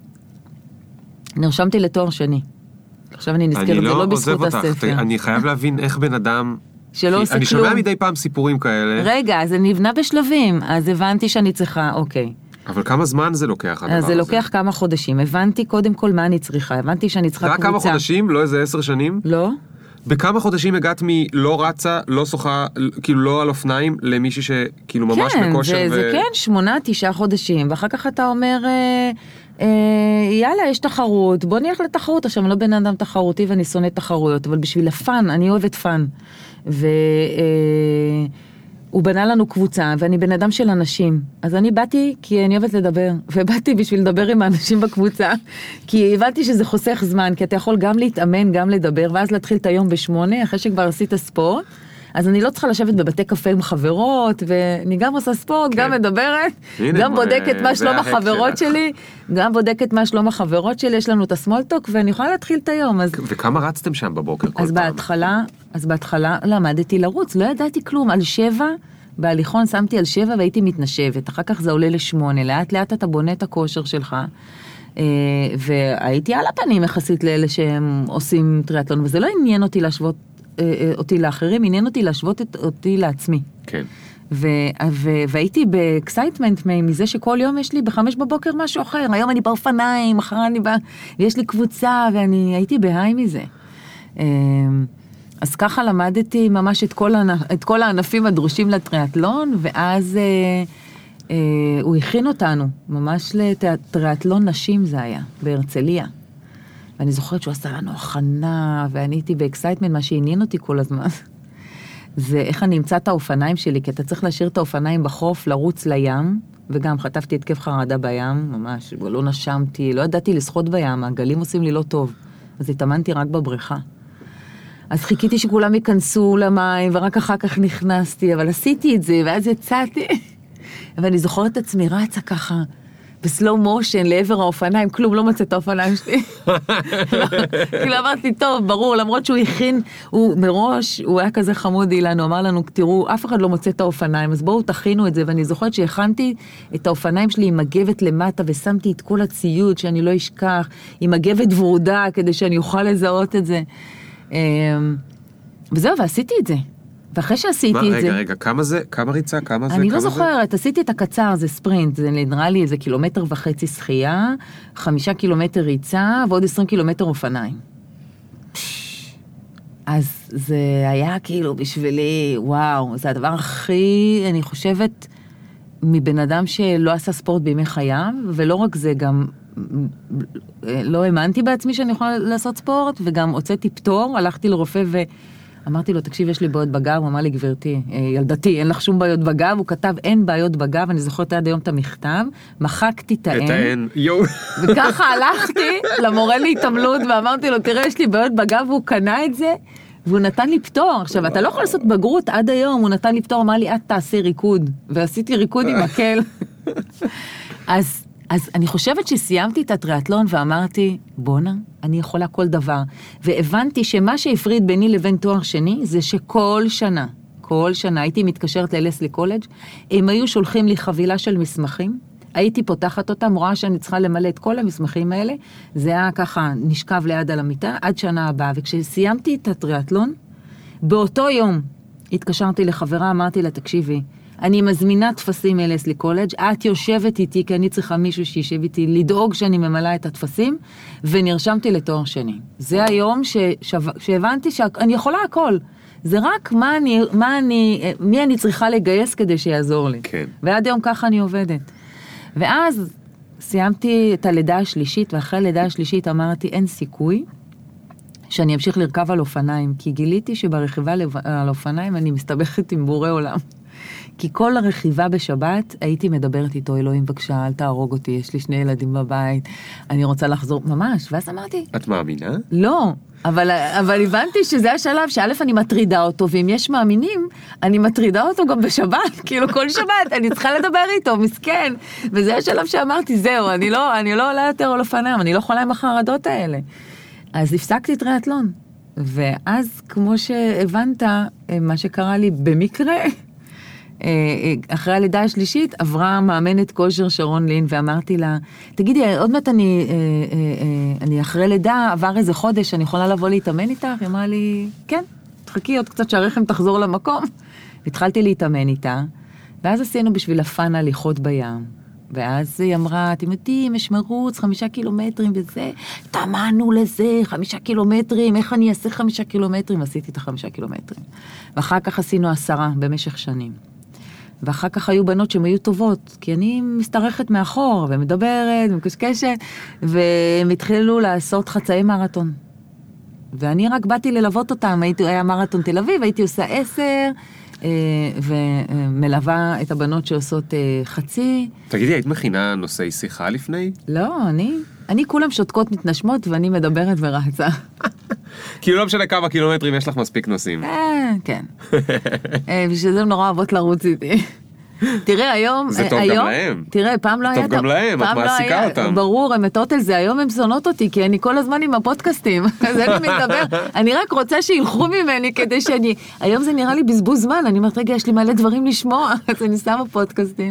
נרשמתי לתואר שני. עכשיו אני נזכרת, זה לא בזכות הספר. אני חייב להבין איך בן אדם... שלא עושה כלום. אני שומע מדי פעם סיפורים כאלה. רגע, זה נבנה בשלבים, אז הבנתי שאני צריכה, אוקיי. אבל כמה זמן זה לוקח הדבר הזה? זה לוקח כמה חודשים. הבנתי קודם כל מה אני צריכה. הבנתי שאני צריכה קבוצה. רק כמה חודשים? לא איזה עשר שנים? לא. בכמה חודשים הגעת מלא רצה, לא שוחה, כאילו לא על אופניים, למישהי שכאילו ממש בכושר? כן, זה כן, שמונה, תשעה חודשים, ואחר כך אתה אומר, אה, אה, יאללה, יש תחרות, בוא נלך לתחרות. עכשיו, אני לא בן אדם תחרותי ואני שונא תחרויות, אבל בשביל הפן, אני אוהבת פן. ו... אה, הוא בנה לנו קבוצה, ואני בן אדם של אנשים. אז אני באתי כי אני אוהבת לדבר, ובאתי בשביל לדבר עם האנשים בקבוצה, כי הבנתי שזה חוסך זמן, כי אתה יכול גם להתאמן, גם לדבר, ואז להתחיל את היום בשמונה, אחרי שכבר עשית ספורט, אז אני לא צריכה לשבת בבתי קפה עם חברות, ואני גם עושה ספורט, כן. גם מדברת, הנה, גם בודקת מה שלום החברות שלך. שלי, גם בודקת מה שלום החברות שלי, יש לנו את הסמולטוק, ואני יכולה להתחיל את היום. אז... וכמה רצתם שם בבוקר כל אז פעם? בהתחלה, אז בהתחלה למדתי לרוץ, לא ידעתי כלום, על שבע, בהליכון שמתי על שבע והייתי מתנשבת, אחר כך זה עולה לשמונה, לאט לאט אתה בונה את הכושר שלך, והייתי על הפנים יחסית לאלה שהם עושים טריאטלון, וזה לא עניין אותי להשוות אותי לאחרים, עניין אותי להשוות אותי לעצמי. כן. והייתי באקסייטמנט מזה שכל יום יש לי בחמש בבוקר משהו אחר, היום אני באופניים, מחר אני בא, ויש לי קבוצה, ואני הייתי בהיי מזה. אז ככה למדתי ממש את כל, את כל הענפים הדרושים לטריאטלון, ואז אה, אה, הוא הכין אותנו, ממש לטריאטלון נשים זה היה, בהרצליה. ואני זוכרת שהוא עשה לנו הכנה, ואני הייתי באקסייטמנט, מה שעניין אותי כל הזמן. זה איך אני אמצא את האופניים שלי, כי אתה צריך להשאיר את האופניים בחוף, לרוץ לים, וגם חטפתי התקף חרדה בים, ממש, לא נשמתי, לא ידעתי לשחות בים, הגלים עושים לי לא טוב, אז התאמנתי רק בבריכה. אז חיכיתי שכולם ייכנסו למים, ורק אחר כך נכנסתי, אבל עשיתי את זה, ואז יצאתי. ואני זוכרת את עצמי, רצה ככה, בסלו מושן, לעבר האופניים, כלום, לא מצא את האופניים שלי. כאילו אמרתי, טוב, ברור, למרות שהוא הכין, הוא מראש, הוא היה כזה חמוד אילן, הוא אמר לנו, תראו, אף אחד לא מוצא את האופניים, אז בואו תכינו את זה, ואני זוכרת שהכנתי את האופניים שלי עם מגבת למטה, ושמתי את כל הציוד שאני לא אשכח, עם מגבת ורודה, כדי שאני אוכל לזהות את זה. וזהו, ועשיתי את זה. ואחרי שעשיתי את זה... רגע, רגע, כמה זה? כמה ריצה? כמה זה? אני לא זוכרת, עשיתי את הקצר, זה ספרינט, זה נראה לי איזה קילומטר וחצי שחייה, חמישה קילומטר ריצה, ועוד עשרים קילומטר אופניים. אז זה היה כאילו בשבילי, וואו, זה הדבר הכי, אני חושבת, מבן אדם שלא עשה ספורט בימי חייו, ולא רק זה, גם לא האמנתי בעצמי שאני יכולה לעשות ספורט, וגם הוצאתי פטור, הלכתי לרופא ואמרתי לו, תקשיב, יש לי בעיות בגב, הוא אמר לי, גברתי, ילדתי, אין לך שום בעיות בגב, הוא כתב, אין בעיות בגב, אני זוכרת עד היום את המכתב, מחקתי את האין, את האין, יו. וככה הלכתי למורה להתעמלות, ואמרתי לו, תראה, יש לי בעיות בגב, והוא קנה את זה, והוא נתן לי פטור. עכשיו, אתה לא יכול לעשות בגרות עד היום, הוא נתן לי פטור, אמר לי, את תעשי ריקוד, ועשיתי ריקוד עם מקל. אז אז אני חושבת שסיימתי את הטריאטלון ואמרתי, בונה, אני יכולה כל דבר. והבנתי שמה שהפריד ביני לבין תואר שני, זה שכל שנה, כל שנה, הייתי מתקשרת ללסלי קולג', הם היו שולחים לי חבילה של מסמכים, הייתי פותחת אותם, רואה שאני צריכה למלא את כל המסמכים האלה, זה היה ככה נשכב ליד על המיטה, עד שנה הבאה, וכשסיימתי את הטריאטלון, באותו יום התקשרתי לחברה, אמרתי לה, תקשיבי, אני מזמינה תפסים מלסלי קולג', את יושבת איתי, כי אני צריכה מישהו שישב איתי, לדאוג שאני ממלאה את התפסים, ונרשמתי לתואר שני. זה היום ששו... שהבנתי שאני יכולה הכל. זה רק מה אני, מה אני, מי אני צריכה לגייס כדי שיעזור לי. כן. ועד היום ככה אני עובדת. ואז סיימתי את הלידה השלישית, ואחרי הלידה השלישית אמרתי, אין סיכוי שאני אמשיך לרכב על אופניים, כי גיליתי שברכיבה על אופניים אני מסתבכת עם בורא עולם. כי כל הרכיבה בשבת הייתי מדברת איתו, אלוהים בבקשה, אל תהרוג אותי, יש לי שני ילדים בבית, אני רוצה לחזור, ממש, ואז אמרתי... את מאמינה? לא, אבל, אבל הבנתי שזה השלב שא' אני מטרידה אותו, ואם יש מאמינים, אני מטרידה אותו גם בשבת, כאילו כל שבת, אני צריכה לדבר איתו, מסכן, וזה השלב שאמרתי, זהו, אני לא, אני לא עולה יותר על אופניים, אני לא יכולה עם החרדות האלה. אז הפסקתי טריאטלון, ואז כמו שהבנת, מה שקרה לי במקרה, אחרי הלידה השלישית, עברה מאמנת כושר שרון לין, ואמרתי לה, תגידי, עוד מעט אני, אני אחרי לידה, עבר איזה חודש, אני יכולה לבוא להתאמן איתך? היא אמרה לי, כן, תחכי עוד קצת שהרחם תחזור למקום. התחלתי להתאמן איתה, ואז עשינו בשביל הפן הליכות בים. ואז היא אמרה, אתם יודעים, יש מרוץ, חמישה קילומטרים וזה, תאמנו לזה, חמישה קילומטרים, איך אני אעשה חמישה קילומטרים? עשיתי את החמישה קילומטרים. ואחר כך עשינו עשרה במשך שנים. ואחר כך היו בנות שהן היו טובות, כי אני מסתרכת מאחור, ומדברת, ומקשקשת, והם התחילו לעשות חצאי מרתון. ואני רק באתי ללוות אותם, הייתי, היה מרתון תל אביב, הייתי עושה עשר, ומלווה את הבנות שעושות חצי. תגידי, היית מכינה נושאי שיחה לפני? לא, אני, אני כולם שותקות מתנשמות, ואני מדברת ורצה. כאילו לא משנה כמה קילומטרים יש לך מספיק נושאים. כן. בשביל זה נורא אוהבות לרוץ איתי. תראה, היום... זה טוב גם להם. תראה, פעם לא היה... טוב גם להם, את מעסיקה אותם. ברור, הם מתות על זה, היום הם שונאות אותי, כי אני כל הזמן עם הפודקאסטים. אז אין לי מדבר. אני רק רוצה שילכו ממני כדי שאני... היום זה נראה לי בזבוז זמן, אני אומרת, רגע, יש לי מלא דברים לשמוע, אז אני שמה פודקאסטים.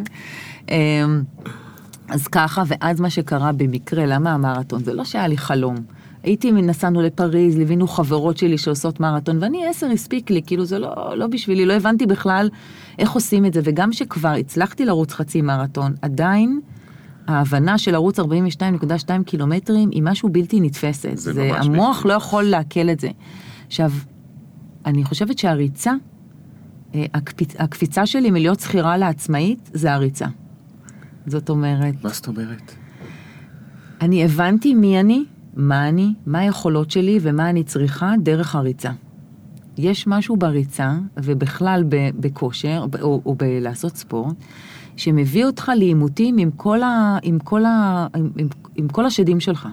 אז ככה, ואז מה שקרה במקרה, למה המרתון? זה לא שהיה לי חלום. הייתי נסענו לפריז, לבינו חברות שלי שעושות מרתון, ואני עשר הספיק לי, כאילו זה לא, לא בשבילי, לא הבנתי בכלל איך עושים את זה, וגם שכבר הצלחתי לרוץ חצי מרתון, עדיין ההבנה של לרוץ ארבעים ושתיים נקודה שתיים קילומטרים היא משהו בלתי נתפסת. זה זה ממש המוח בלתי. לא יכול לעכל את זה. עכשיו, אני חושבת שהריצה, הקפיצ, הקפיצה שלי מלהיות שכירה לעצמאית, זה הריצה. זאת אומרת... מה זאת אומרת? אני הבנתי מי אני, מה אני, מה היכולות שלי ומה אני צריכה דרך הריצה. יש משהו בריצה, ובכלל בכושר, או, או בלעשות ספורט, שמביא אותך לעימותים עם כל, ה, עם כל, ה, עם, עם, עם כל השדים שלך.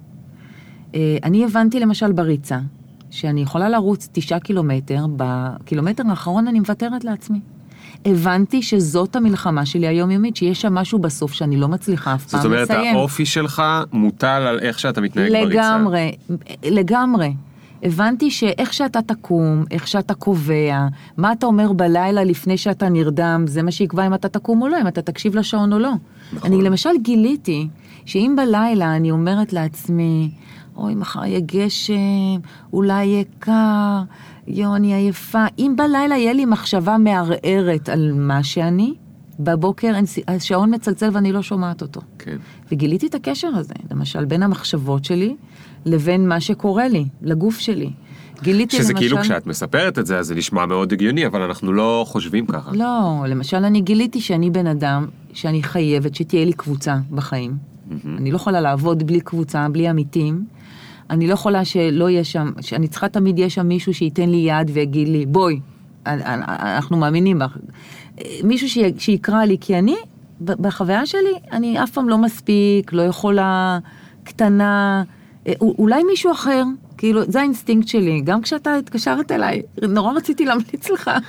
אני הבנתי למשל בריצה, שאני יכולה לרוץ תשעה קילומטר, בקילומטר האחרון אני מוותרת לעצמי. הבנתי שזאת המלחמה שלי היומיומית, שיש שם משהו בסוף שאני לא מצליחה אף פעם לסיים. זאת אומרת, האופי שלך מוטל על איך שאתה מתנהג בריצה. לגמרי, לגמרי. הבנתי שאיך שאתה תקום, איך שאתה קובע, מה אתה אומר בלילה לפני שאתה נרדם, זה מה שיקבע אם אתה תקום או לא, אם אתה תקשיב לשעון או לא. נכון. אני למשל גיליתי שאם בלילה אני אומרת לעצמי, אוי, מחר יהיה גשם, אולי יהיה קר, יו, אני עייפה. אם בלילה יהיה לי מחשבה מערערת על מה שאני, בבוקר השעון מצלצל ואני לא שומעת אותו. כן. וגיליתי את הקשר הזה, למשל, בין המחשבות שלי לבין מה שקורה לי, לגוף שלי. גיליתי שזה למשל... כאילו כשאת מספרת את זה, אז זה נשמע מאוד הגיוני, אבל אנחנו לא חושבים ככה. לא, למשל, אני גיליתי שאני בן אדם, שאני חייבת שתהיה לי קבוצה בחיים. Mm-hmm. אני לא יכולה לעבוד בלי קבוצה, בלי עמיתים. אני לא יכולה שלא יהיה שם, שאני צריכה תמיד יהיה שם מישהו שייתן לי יד ויגיד לי, בואי, אנחנו מאמינים בך. מישהו שיקרא לי, כי אני, בחוויה שלי, אני אף פעם לא מספיק, לא יכולה, קטנה, אולי מישהו אחר, כאילו, זה האינסטינקט שלי, גם כשאתה התקשרת אליי, נורא רציתי להמליץ לך,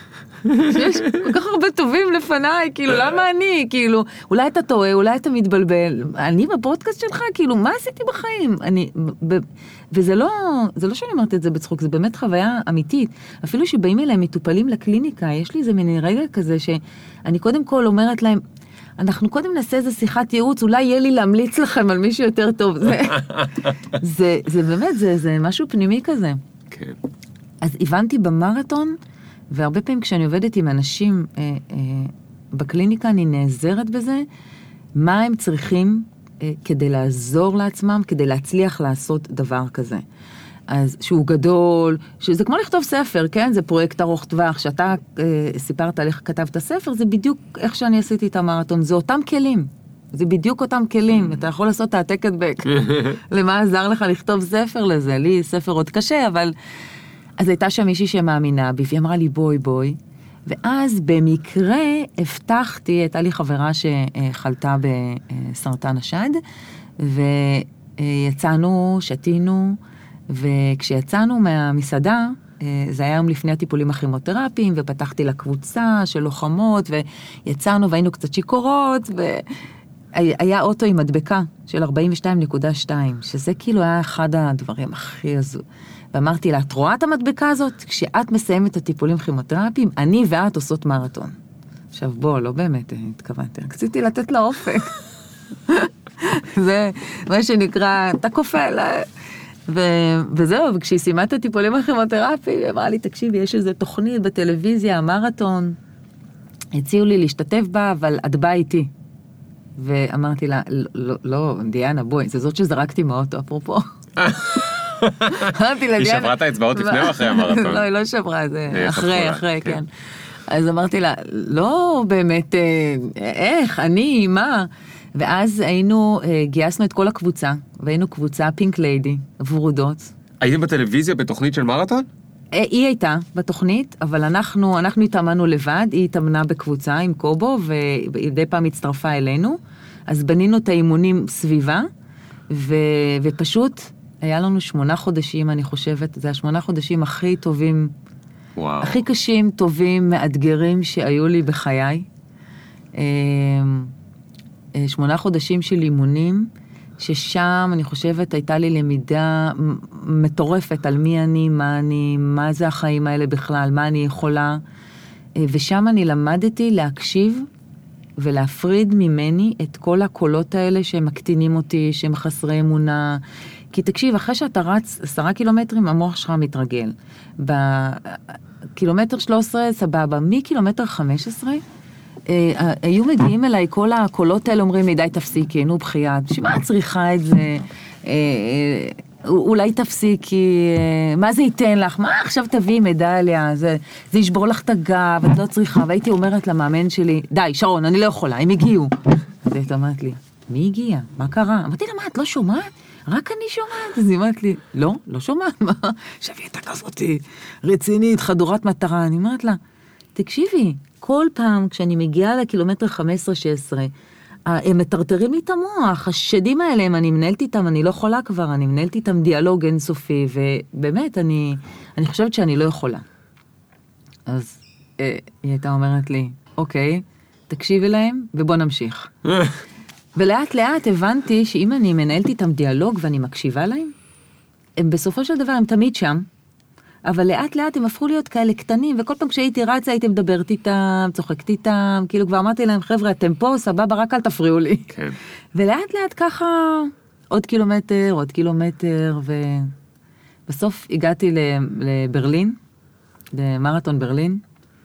שיש כל כך הרבה טובים לפניי, כאילו, למה אני? כאילו, אולי אתה טועה, אולי אתה מתבלבל. אני בפודקאסט שלך, כאילו, מה עשיתי בחיים? אני, ב, וזה לא, זה לא שאני אומרת את זה בצחוק, זה באמת חוויה אמיתית. אפילו שבאים אליהם מטופלים לקליניקה, יש לי איזה מין רגע כזה שאני קודם כל אומרת להם, אנחנו קודם נעשה איזה שיחת ייעוץ, אולי יהיה לי להמליץ לכם על מישהו יותר טוב. זה, זה, זה באמת, זה, זה משהו פנימי כזה. כן. אז הבנתי במרתון, והרבה פעמים כשאני עובדת עם אנשים אה, אה, בקליניקה, אני נעזרת בזה, מה הם צריכים אה, כדי לעזור לעצמם, כדי להצליח לעשות דבר כזה. אז שהוא גדול, שזה כמו לכתוב ספר, כן? זה פרויקט ארוך טווח, שאתה אה, סיפרת על איך כתבת ספר, זה בדיוק איך שאני עשיתי את המרתון, זה אותם כלים. זה בדיוק אותם כלים, אתה יכול לעשות העתק הדבק. למה עזר לך לכתוב ספר לזה? לי ספר עוד קשה, אבל... אז הייתה שם מישהי שמאמינה בי, והיא אמרה לי בואי בואי, ואז במקרה הבטחתי, הייתה לי חברה שחלתה בסרטן השד, ויצאנו, שתינו, וכשיצאנו מהמסעדה, זה היה יום לפני הטיפולים הכימותרפיים, ופתחתי לה קבוצה של לוחמות, ויצאנו והיינו קצת שיקורות, והיה אוטו עם מדבקה של ארבעים ושתיים נקודה שתיים, שזה כאילו היה אחד הדברים הכי עזו. ואמרתי לה, את רואה את המדבקה הזאת? כשאת מסיימת את הטיפולים כימותרפיים, אני ואת עושות מרתון. עכשיו בוא, לא באמת התכוונתי, רציתי לתת לה אופק. זה מה שנקרא, אתה כופל. ו- וזהו, וכשהיא סיימה את הטיפולים הכימותרפיים, היא אמרה לי, תקשיבי, יש איזו תוכנית בטלוויזיה, המרתון, הציעו לי להשתתף בה, אבל את באה איתי. ואמרתי לה, לא, לא, דיאנה, בואי, זה זאת שזרקתי מהאוטו, אפרופו. היא שברה את האצבעות לפני או אחרי המרתון? לא, היא לא שברה, זה אחרי, אחרי, כן. אז אמרתי לה, לא באמת, איך, אני, מה? ואז היינו, גייסנו את כל הקבוצה, והיינו קבוצה פינק ליידי, ורודות. הייתם בטלוויזיה בתוכנית של מרתון? היא הייתה בתוכנית, אבל אנחנו, אנחנו התאמנו לבד, היא התאמנה בקבוצה עם קובו, ודי פעם הצטרפה אלינו, אז בנינו את האימונים סביבה, ו, ופשוט היה לנו שמונה חודשים, אני חושבת, זה השמונה חודשים הכי טובים, וואו. הכי קשים, טובים, מאתגרים שהיו לי בחיי. שמונה חודשים של אימונים, ששם, אני חושבת, הייתה לי למידה מטורפת על מי אני, מה אני, מה זה החיים האלה בכלל, מה אני יכולה. ושם אני למדתי להקשיב ולהפריד ממני את כל הקולות האלה שהם מקטינים אותי, שהם חסרי אמונה. כי תקשיב, אחרי שאתה רץ עשרה קילומטרים, המוח שלך מתרגל. בקילומטר שלוש עשרה, סבבה, מקילומטר חמש עשרה, היו מגיעים אליי כל הקולות האלה, אומרים לי, די תפסיקי, נו בחייאת, שמה צריכה את זה, אולי תפסיקי, מה זה ייתן לך, מה עכשיו תביאי מדליה, זה, זה ישבור לך את הגב, את לא צריכה, והייתי אומרת למאמן שלי, די, שרון, אני לא יכולה, הם הגיעו. אז היית אומרת לי, מי הגיע? מה קרה? אמרתי לה, מה, את לא שומעת? רק אני שומעת. אז היא אומרת לי, לא, לא שומעת, מה? עכשיו היא הייתה כזאת רצינית, חדורת מטרה, אני אומרת לה, תקשיבי, כל פעם כשאני מגיעה לקילומטר חמש עשרה שש עשרה, הם מטרטרים לי את המוח, השדים האלה, אני מנהלת איתם, אני לא יכולה כבר, אני מנהלת איתם דיאלוג אינסופי, ובאמת, אני, אני חושבת שאני לא יכולה. אז אה, היא הייתה אומרת לי, אוקיי, תקשיבי להם, ובוא נמשיך. ולאט לאט הבנתי שאם אני מנהלת איתם דיאלוג ואני מקשיבה להם, הם בסופו של דבר הם תמיד שם, אבל לאט לאט הם הפכו להיות כאלה קטנים, וכל פעם כשהייתי רצה הייתי מדברת איתם, צוחקת איתם, כאילו כבר אמרתי להם, חבר'ה, אתם פה, סבבה, רק אל תפריעו לי. כן. ולאט לאט ככה, עוד קילומטר, עוד קילומטר, ובסוף הגעתי לברלין, למרתון ברלין,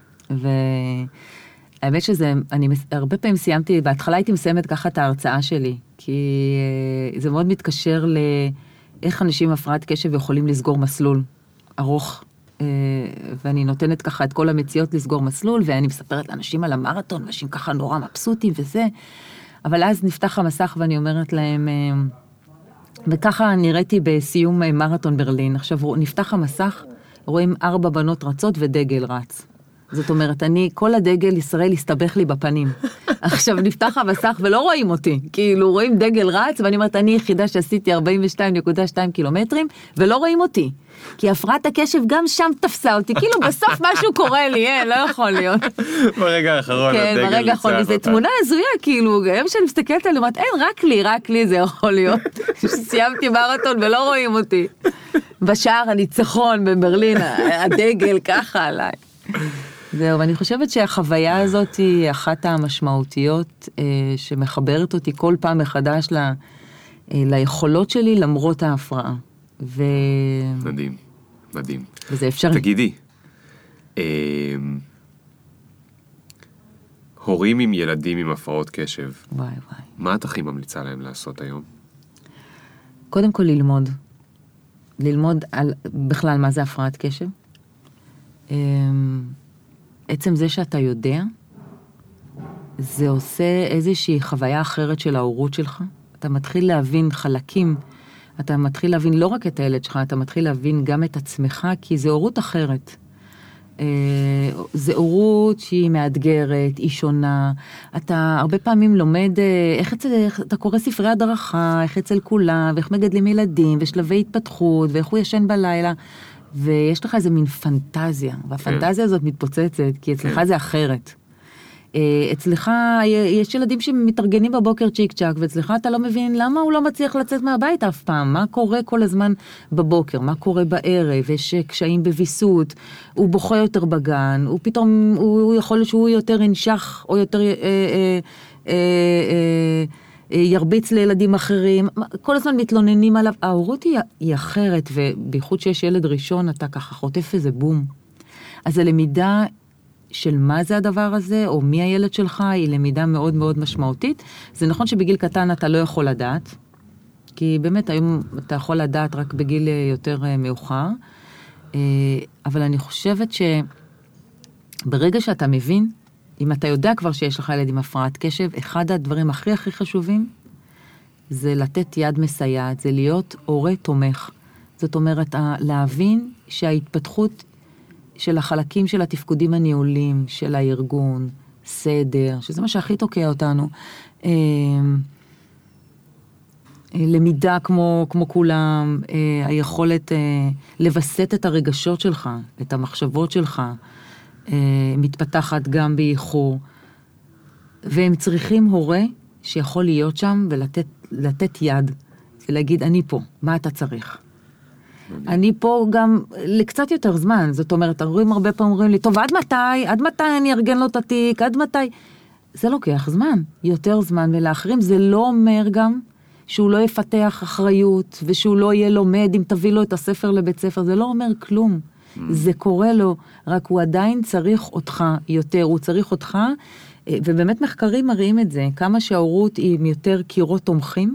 והאמת שזה, אני הרבה פעמים סיימתי, בהתחלה הייתי מסיימת ככה את ההרצאה שלי, כי זה מאוד מתקשר לאיך אנשים עם הפרעת קשב יכולים לסגור מסלול. ארוך, ואני נותנת ככה את כל המציאות לסגור מסלול, ואני מספרת לאנשים על המרתון, אנשים ככה נורא מבסוטים וזה, אבל אז נפתח המסך ואני אומרת להם, וככה נראיתי בסיום מרתון ברלין, עכשיו נפתח המסך, רואים ארבע בנות רצות ודגל רץ. זאת אומרת, אני, כל הדגל ישראל הסתבך לי בפנים. עכשיו נפתח המסך ולא רואים אותי, כאילו רואים דגל רץ, ואני אומרת, אני יחידה שעשיתי ארבעים ושתיים נקודה שתיים קילומטרים, ולא רואים אותי. כי הפרעת הקשב גם שם תפסה אותי, כאילו בסוף משהו קורה לי, אה, לא יכול להיות. ברגע האחרון, כן, הדגל ברגע האחרון, זו תמונה הזויה, כאילו, היום שאני מסתכלת עליהם, אומרת, אין, רק לי, רק לי זה יכול להיות. סיימתי מרתון ולא רואים אותי. בשער הניצחון בברלין, הדגל ככה עליי. זהו, ואני חושבת שהחוויה הזאת היא אחת המשמעותיות אה, שמחברת אותי כל פעם מחדש ל, אה, ליכולות שלי למרות ההפרעה. ו... מדהים, מדהים. וזה אפשרי. תגידי, אה, הורים עם ילדים עם הפרעות קשב, וואי וואי. מה את הכי ממליצה להם לעשות היום? קודם כל ללמוד. ללמוד על בכלל מה זה הפרעת קשב. אה, עצם זה שאתה יודע, זה עושה איזושהי חוויה אחרת של ההורות שלך. אתה מתחיל להבין חלקים, אתה מתחיל להבין לא רק את הילד שלך, אתה מתחיל להבין גם את עצמך, כי זה הורות אחרת. זה הורות שהיא מאתגרת, היא שונה. אתה הרבה פעמים לומד איך אצל, איך, אתה קורא ספרי הדרכה, איך אצל כולם, ואיך מגדלים ילדים, ושלבי התפתחות, ואיך הוא ישן בלילה. ויש לך איזה מין פנטזיה, והפנטזיה הזאת מתפוצצת, כי אצלך זה אחרת. אצלך יש ילדים שמתארגנים בבוקר צ'יק צ'ק, ואצלך אתה לא מבין למה הוא לא מצליח לצאת מהבית אף פעם, מה קורה כל הזמן בבוקר, מה קורה בערב, יש קשיים בביסות, הוא בוכה יותר בגן, הוא פתאום, הוא יכול שהוא יותר ינשך, או יותר... אה, אה, אה, אה, ירביץ לילדים אחרים, כל הזמן מתלוננים עליו, ההורות היא, היא אחרת, ובייחוד שיש ילד ראשון, אתה ככה חוטף איזה בום. אז הלמידה של מה זה הדבר הזה, או מי הילד שלך, היא למידה מאוד מאוד משמעותית. זה נכון שבגיל קטן אתה לא יכול לדעת, כי באמת היום אתה יכול לדעת רק בגיל יותר מאוחר, אבל אני חושבת שברגע שאתה מבין, אם אתה יודע כבר שיש לך ילד עם הפרעת קשב, אחד הדברים הכי הכי חשובים, זה לתת יד מסייעת, זה להיות הורה תומך. זאת אומרת, להבין שההתפתחות של החלקים של התפקודים הניהולים, של הארגון, סדר, שזה מה שהכי תוקע אותנו, למידה כמו, כמו כולם, היכולת לבסט את הרגשות שלך, את המחשבות שלך, מתפתחת גם באיחור, והם צריכים הורה שיכול להיות שם ולתת לתת יד, ולהגיד, אני פה, מה אתה צריך? אני פה גם לקצת יותר זמן, זאת אומרת, ההורים הרבה פעמים אומרים לי, טוב, עד מתי? עד מתי אני ארגן לו את התיק? עד מתי? זה לוקח זמן, יותר זמן, ולאחרים זה לא אומר גם שהוא לא יפתח אחריות, ושהוא לא יהיה לומד אם תביא לו את הספר לבית ספר, זה לא אומר כלום. זה קורה לו, רק הוא עדיין צריך אותך יותר, הוא צריך אותך, ובאמת מחקרים מראים את זה, כמה שההורות היא יותר קירות תומכים,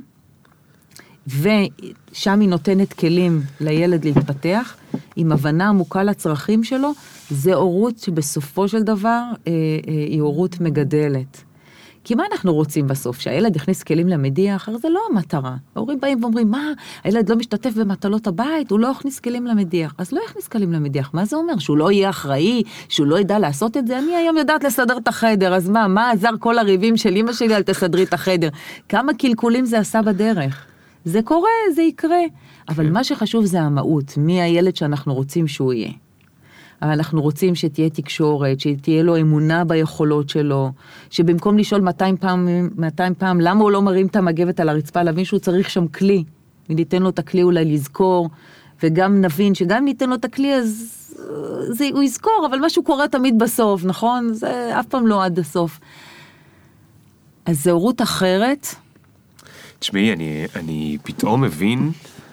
ושם היא נותנת כלים לילד להתפתח, עם הבנה עמוקה לצרכים שלו, זה הורות שבסופו של דבר היא הורות מגדלת. כי מה אנחנו רוצים בסוף? שהילד יכניס כלים למדיח, זה לא המטרה. ההורים באים ואומרים, מה? הילד לא משתתף במטלות הבית, הוא לא יכניס כלים למדיח. אז לא יכניס כלים למדיח. מה זה אומר? שהוא לא יהיה אחראי, שהוא לא ידע לעשות את זה? אני היום יודעת לסדר את החדר, אז מה? מה עזר כל הריבים של אמא שלי על תסדרי את החדר? כמה קלקולים זה עשה בדרך? זה קורה, זה יקרה. אבל מה שחשוב זה המהות, מי הילד שאנחנו רוצים שהוא יהיה. אנחנו רוצים שתהיה תקשורת, שתהיה לו אמונה ביכולות שלו, שבמקום לשאול מאתיים פעם, מאתיים פעם, למה הוא לא מרים את המגבת על הרצפה, להבין שהוא צריך שם כלי, וניתן לו את הכלי אולי לזכור, וגם נבין שגם אם ניתן לו את הכלי, אז זה, הוא יזכור, אבל משהו קורה תמיד בסוף, נכון? זה אף פעם לא עד הסוף. אז זה הורות אחרת. תשמעי, אני, אני פתאום מבין,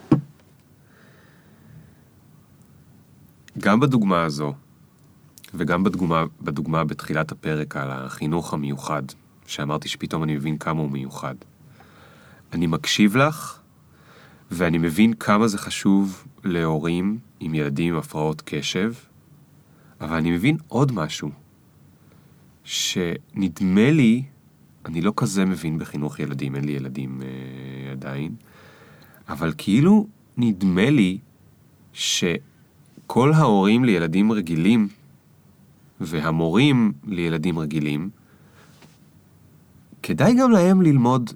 גם בדוגמה הזו, וגם בדוגמה, בדוגמה בתחילת הפרק על החינוך המיוחד, שאמרתי שפתאום אני מבין כמה הוא מיוחד. אני מקשיב לך, ואני מבין כמה זה חשוב להורים עם ילדים עם הפרעות קשב, אבל אני מבין עוד משהו, שנדמה לי, אני לא כזה מבין בחינוך ילדים, אין לי ילדים אה, עדיין, אבל כאילו נדמה לי ש... כל ההורים לילדים רגילים והמורים לילדים רגילים, כדאי גם להם ללמוד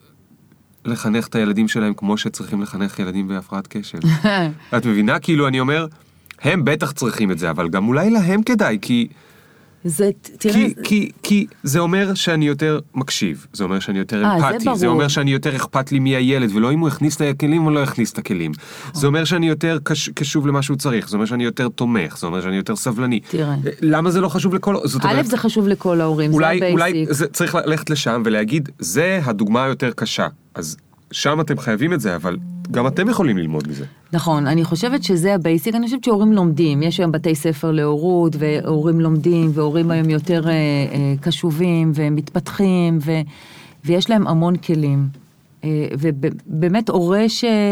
לחנך את הילדים שלהם כמו שצריכים לחנך ילדים בהפרעת קשב. את מבינה? כאילו אני אומר, הם בטח צריכים את זה, אבל גם אולי להם כדאי, כי... זה, תראה... כי, כי, כי זה אומר שאני יותר מקשיב, זה אומר שאני יותר אמפתי, זה, זה אומר שאני יותר אכפת לי מי הילד, ולא אם הוא הכניס את הכלים או לא הכניס את הכלים. זה אומר שאני יותר קש, קשוב למה שהוא צריך, זה אומר שאני יותר תומך, זה אומר שאני יותר סבלני. תראה. למה זה לא חשוב לכל... א', זה חשוב לכל ההורים, אולי, זה הבייסיק. אולי זה, צריך ללכת לשם ולהגיד, זה הדוגמה היותר קשה. אז שם אתם חייבים את זה, אבל גם אתם יכולים ללמוד מזה. נכון, אני חושבת שזה הבייסיק, אני חושבת שהורים לומדים, יש היום בתי ספר להורות, והורים לומדים, והורים היום יותר אה, אה, קשובים, ומתפתחים, ו, ויש להם המון כלים. אה, ובאמת הורה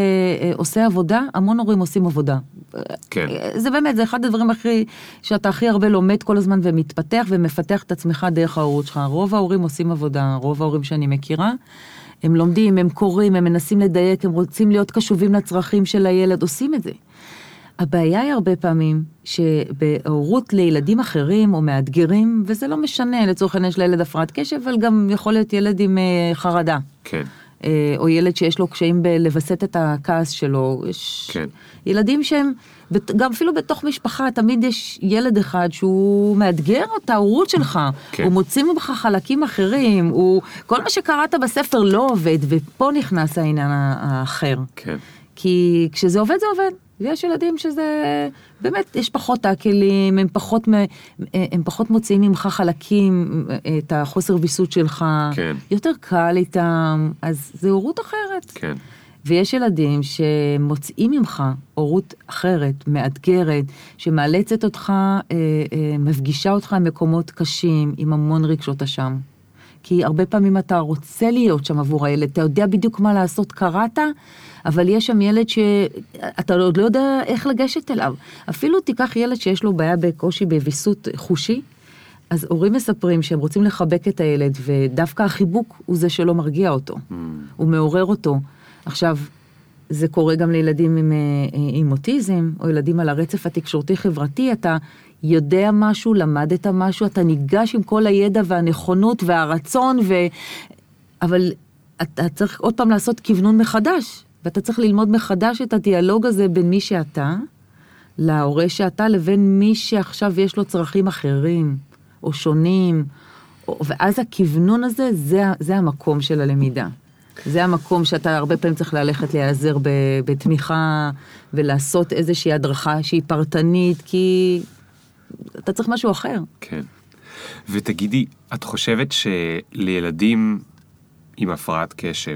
שעושה עבודה, המון הורים עושים עבודה. כן. זה באמת, זה אחד הדברים הכי, שאתה הכי הרבה לומד כל הזמן, ומתפתח ומפתח את עצמך דרך ההורות שלך. רוב ההורים עושים עבודה, רוב ההורים שאני מכירה, הם לומדים, הם קוראים, הם מנסים לדייק, הם רוצים להיות קשובים לצרכים של הילד, עושים את זה. הבעיה היא הרבה פעמים שבהורות לילדים אחרים או מאתגרים, וזה לא משנה, לצורך העניין של ילד הפרעת קשב, אבל גם יכול להיות ילד עם חרדה. כן. או ילד שיש לו קשיים בלווסת את הכעס שלו. יש כן. ילדים שהם, גם אפילו בתוך משפחה, תמיד יש ילד אחד שהוא מאתגר את ההורות שלך, כן. הוא מוציא ממך חלקים אחרים, הוא, כל מה שקראת בספר לא עובד, ופה נכנס העניין האחר. כן. כי כשזה עובד, זה עובד. ויש ילדים שזה, באמת, יש פחות הכלים, הם פחות, הם פחות מוציאים ממך חלקים, את החוסר ויסות שלך. כן. יותר קל איתם, אז זה הורות אחרת. כן. ויש ילדים שמוצאים ממך הורות אחרת, מאתגרת, שמאלצת אותך, אה, אה, מפגישה אותך עם מקומות קשים, עם המון רגשות אשם. כי הרבה פעמים אתה רוצה להיות שם עבור הילד, אתה יודע בדיוק מה לעשות, קראת, אבל יש שם ילד שאתה עוד לא יודע איך לגשת אליו. אפילו תיקח ילד שיש לו בעיה בקושי בביסות חושי, אז הורים מספרים שהם רוצים לחבק את הילד, ודווקא החיבוק הוא זה שלא מרגיע אותו. Mm. הוא מעורר אותו. עכשיו, זה קורה גם לילדים עם, עם אוטיזם, או ילדים על הרצף התקשורתי-חברתי, אתה יודע משהו, למדת משהו, אתה ניגש עם כל הידע והנכונות והרצון, ו... אבל אתה צריך עוד פעם לעשות כיוונון מחדש, ואתה צריך ללמוד מחדש את הדיאלוג הזה בין מי שאתה, להורה שאתה, לבין מי שעכשיו יש לו צרכים אחרים, או שונים, או... ואז הכיוונון הזה, זה, זה המקום של הלמידה. זה המקום שאתה הרבה פעמים צריך ללכת להיעזר בתמיכה, ולעשות איזושהי הדרכה שהיא פרטנית, כי אתה צריך משהו אחר. כן. ותגידי, את חושבת שלילדים עם הפרעת קשב,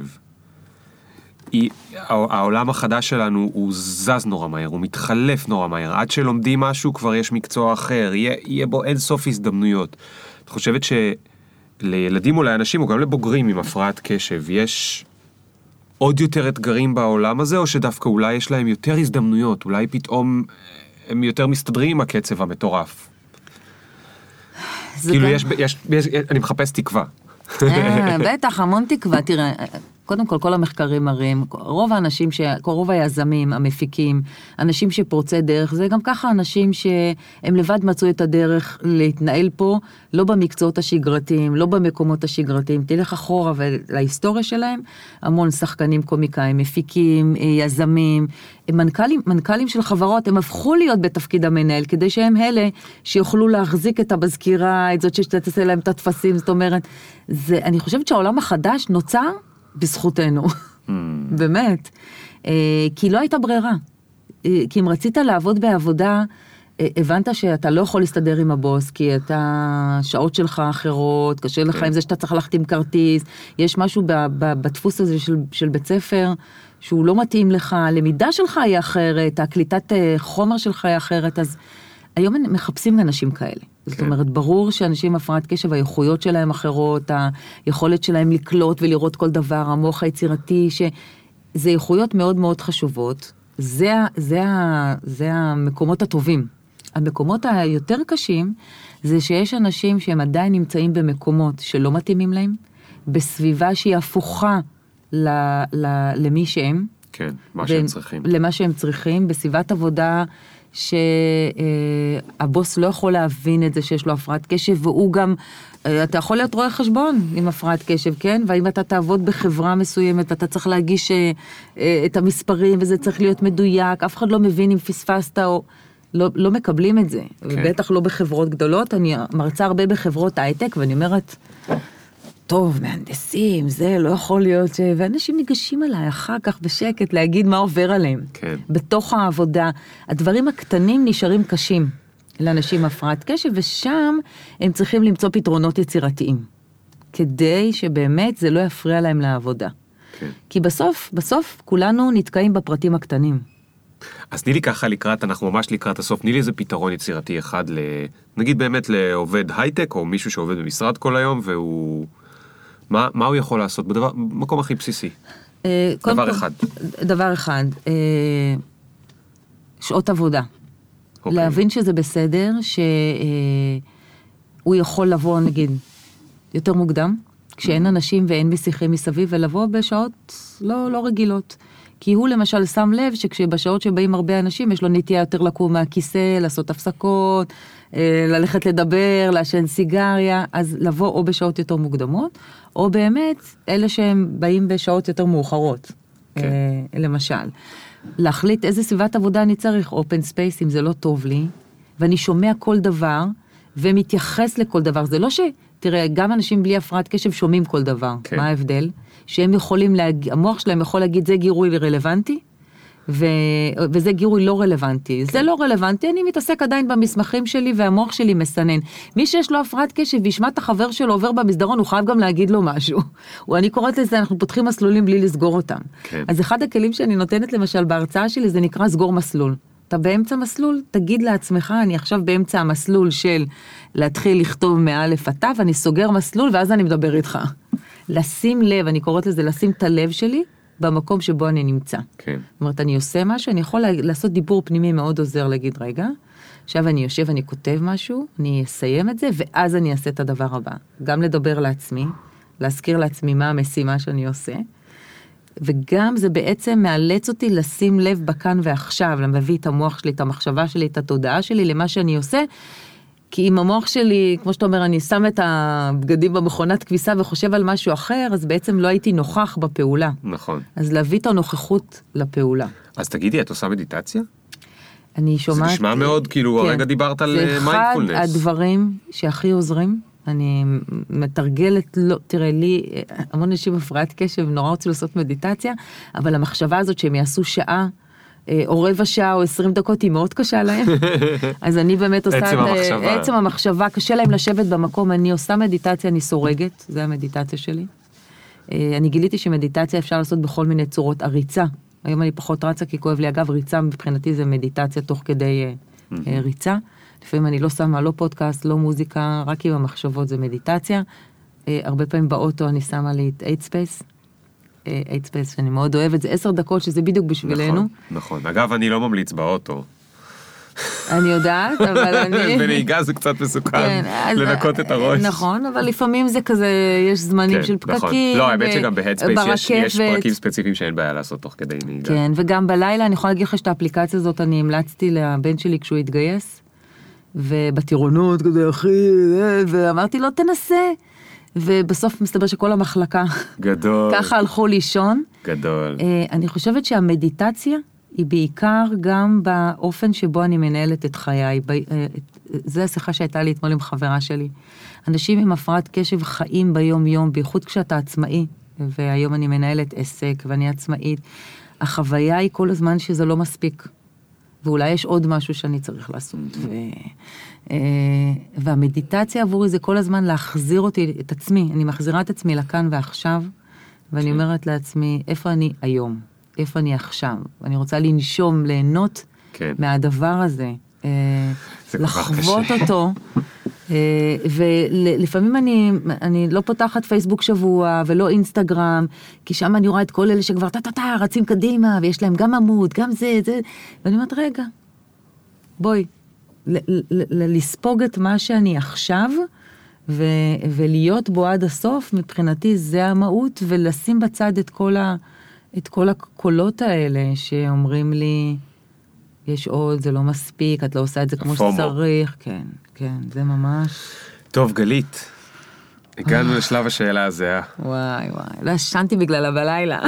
היא, העולם החדש שלנו הוא זז נורא מהר, הוא מתחלף נורא מהר, עד שלומדים משהו כבר יש מקצוע אחר, יהיה, יהיה בו אין סוף הזדמנויות. את חושבת ש... לילדים או לאנשים, או גם לבוגרים עם הפרעת קשב, יש עוד יותר אתגרים בעולם הזה, או שדווקא אולי יש להם יותר הזדמנויות, אולי פתאום הם יותר מסתדרים עם הקצב המטורף. כאילו יש, יש, יש, אני מחפש תקווה. בטח, המון תקווה, תראה, קודם כל, כל המחקרים מראים, רוב האנשים, ש... רוב היזמים, המפיקים, אנשים שפורצי דרך, זה גם ככה אנשים שהם לבד מצאו את הדרך להתנהל פה, לא במקצועות השגרתיים, לא במקומות השגרתיים, תלך אחורה ולהיסטוריה שלהם, המון שחקנים קומיקאים, מפיקים, יזמים, מנכ"לים, מנכ"לים של חברות, הם הפכו להיות בתפקיד המנהל, כדי שהם אלה שיוכלו להחזיק את המזכירה, את זאת שתעשה להם את התפסים, זאת אומרת, זה, אני חושבת שהעולם החדש נוצר בזכותנו, mm. באמת, כי לא הייתה ברירה, כי אם רצית לעבוד בעבודה, הבנת שאתה לא יכול להסתדר עם הבוס, כי אתה, שעות שלך אחרות, קשה לך עם זה שאתה צריך להחתים כרטיס, יש משהו בדפוס הזה של, של בית ספר, שהוא לא מתאים לך, הלמידה שלך היא אחרת, הקליטת חומר שלך היא אחרת, אז היום מחפשים אנשים כאלה. כן. זאת אומרת, ברור שאנשים עם הפרעת קשב, האיכויות שלהם אחרות, היכולת שלהם לקלוט ולראות כל דבר, המוח היצירתי, שזה איכויות מאוד מאוד חשובות, זה, זה, זה המקומות הטובים. המקומות היותר קשים, זה שיש אנשים שהם עדיין נמצאים במקומות שלא מתאימים להם, בסביבה שהיא הפוכה ל, ל, למי שהם. כן, מה שהם צריכים. למה שהם צריכים, בסביבת עבודה שהבוס לא יכול להבין את זה שיש לו הפרעת קשב, והוא גם, אתה יכול להיות רואה חשבון עם הפרעת קשב, כן? ואם אתה תעבוד בחברה מסוימת, אתה צריך להגיש את המספרים, וזה צריך להיות מדויק, אף אחד לא מבין אם פספסת או... לא, לא מקבלים את זה, כן. ובטח לא בחברות גדולות, אני מרצה הרבה בחברות הייטק, ואני אומרת, טוב, מהנדסים, זה לא יכול להיות, ש... ואנשים ניגשים עליי אחר כך בשקט, להגיד מה עובר עליהם. כן. בתוך העבודה, הדברים הקטנים נשארים קשים לאנשים הפרעת קשב, ושם הם צריכים למצוא פתרונות יצירתיים, כדי שבאמת זה לא יפריע להם לעבודה. כן. כי בסוף, בסוף כולנו נתקעים בפרטים הקטנים. אז תני לי ככה לקראת, אנחנו ממש לקראת הסוף, תני לי איזה פתרון יצירתי אחד, נגיד באמת לעובד הייטק, או מישהו שעובד במשרד כל היום, והוא... מה, מה הוא יכול לעשות בדבר, במקום הכי בסיסי? דבר אחד. דבר אחד. שעות עבודה. להבין שזה בסדר, שהוא יכול לבוא, נגיד, יותר מוקדם, כשאין אנשים ואין משיחים מסביב, ולבוא בשעות לא, לא רגילות. כי הוא למשל שם לב שכשבשעות שבאים הרבה אנשים, יש לו נטייה יותר לקום מהכיסא, לעשות הפסקות, ללכת לדבר, לעשן סיגריה, אז לבוא או בשעות יותר מוקדמות, או באמת אלה שהם באים בשעות יותר מאוחרות, כן. למשל. להחליט איזה סביבת עבודה אני צריך, open space, אם זה לא טוב לי, ואני שומע כל דבר, ומתייחס לכל דבר. זה לא ש... תראה, גם אנשים בלי הפרעת קשב שומעים כל דבר. כן. מה ההבדל? שהם יכולים להגיד, המוח שלהם יכול להגיד, זה גירוי רלוונטי, ו... וזה גירוי לא רלוונטי. כן. זה לא רלוונטי, אני מתעסק עדיין במסמכים שלי, והמוח שלי מסנן. מי שיש לו הפרעת קשב, וישמע את החבר שלו עובר במסדרון, הוא חייב גם להגיד לו משהו. אני קוראת לזה, אנחנו פותחים מסלולים בלי לסגור אותם. כן. אז אחד הכלים שאני נותנת למשל בהרצאה שלי, זה נקרא סגור מסלול. אתה באמצע מסלול, תגיד לעצמך, אני עכשיו באמצע המסלול של להתחיל לכתוב מאלף עד תו, ואני סוגר מסלול, ואז אני מדבר איתך. לשים לב, אני קוראת לזה, לשים את הלב שלי במקום שבו אני נמצא. כן. זאת אומרת, אני עושה משהו, אני יכול לעשות דיבור פנימי מאוד עוזר להגיד, רגע, עכשיו אני יושב, אני כותב משהו, אני אסיים את זה, ואז אני אעשה את הדבר הבא. גם לדבר לעצמי, להזכיר לעצמי מה המשימה שאני עושה, וגם זה בעצם מאלץ אותי לשים לב בכאן ועכשיו, למביא את המוח שלי, את המחשבה שלי, את התודעה שלי, למה שאני עושה, כי אם המוח שלי, כמו שאתה אומר, אני שם את הבגדים במכונת כביסה וחושב על משהו אחר, אז בעצם לא הייתי נוכח בפעולה. נכון. אז להביא את הנוכחות לפעולה. אז תגידי, את עושה מדיטציה? אני שומעת... זה נשמע מאוד, כאילו, כן. הרגע דיברת על מיינדפולנס. זה אחד הדברים שהכי עוזרים. אני מתרגלת, לא, תראה לי, המון אנשים הפרעת קשב, נורא רוצים לעשות מדיטציה, אבל המחשבה הזאת שהם יעשו שעה, או רבע שעה או עשרים דקות, היא מאוד קשה להם. אז אני באמת עושה עצם את המחשבה. עצם המחשבה, קשה להם לשבת במקום, אני עושה מדיטציה, אני סורגת, זה המדיטציה שלי. אני גיליתי שמדיטציה אפשר לעשות בכל מיני צורות, הריצה. היום אני פחות רצה, כי כואב לי, אגב, ריצה מבחינתי זה מדיטציה תוך כדי ריצה. לפעמים אני לא שמה, לא פודקאסט, לא מוזיקה, רק עם המחשבות זה מדיטציה. הרבה פעמים באוטו אני שמה לי את אייט ספייס. אייט ספייס שאני מאוד אוהבת, זה עשר דקות שזה בדיוק בשבילנו. נכון, נכון. אגב, אני לא ממליץ באוטו. אני יודעת, אבל אני... בנהיגה זה קצת מסוכן, לנקות את הראש. נכון, אבל לפעמים זה כזה, יש זמנים של פקקים. לא, האמת שגם בהדספייס יש פרקים ספציפיים שאין בעיה לעשות תוך כדי נהיגה. כן, וגם בלילה, אני יכולה להגיד לך שאת האפליקציה הזאת, אני המלצתי לבן שלי כשהוא התגייס, ובטירונות כזה, אחי, ואמרתי לו, תנסה. ובסוף מסתבר שכל המחלקה גדול. ככה הלכו לישון. גדול. אני חושבת שהמדיטציה היא בעיקר גם באופן שבו אני מנהלת את חיי. זו השיחה שהייתה לי אתמול עם חברה שלי. אנשים עם הפרעת קשב חיים ביום יום, בייחוד כשאתה עצמאי, והיום אני מנהלת עסק ואני עצמאית. החוויה היא כל הזמן שזה לא מספיק. ואולי יש עוד משהו שאני צריך לעשות. ו... והמדיטציה עבורי זה כל הזמן להחזיר אותי, את עצמי, אני מחזירה את עצמי לכאן ועכשיו, ואני אומרת לעצמי, איפה אני היום? איפה אני עכשיו? ואני רוצה לנשום, ליהנות מהדבר הזה, לחוות אותו, ולפעמים אני, אני לא פותחת פייסבוק שבוע, ולא אינסטגרם, כי שם אני רואה את כל אלה שכבר טה-טה-טה, רצים קדימה, ויש להם גם עמוד, גם זה, זה, ואני אומרת, רגע, בואי, לספוג את מה שאני עכשיו, ולהיות בו עד הסוף, מבחינתי זה המהות, ולשים בצד את כל, ה, את כל הקולות האלה, שאומרים לי, יש עוד, זה לא מספיק, את לא עושה את זה כמו שצריך, כן, כן, זה ממש... טוב, גלית, הגענו לשלב השאלה הזה, אה? וואי, וואי, לא ישנתי בגללה בלילה.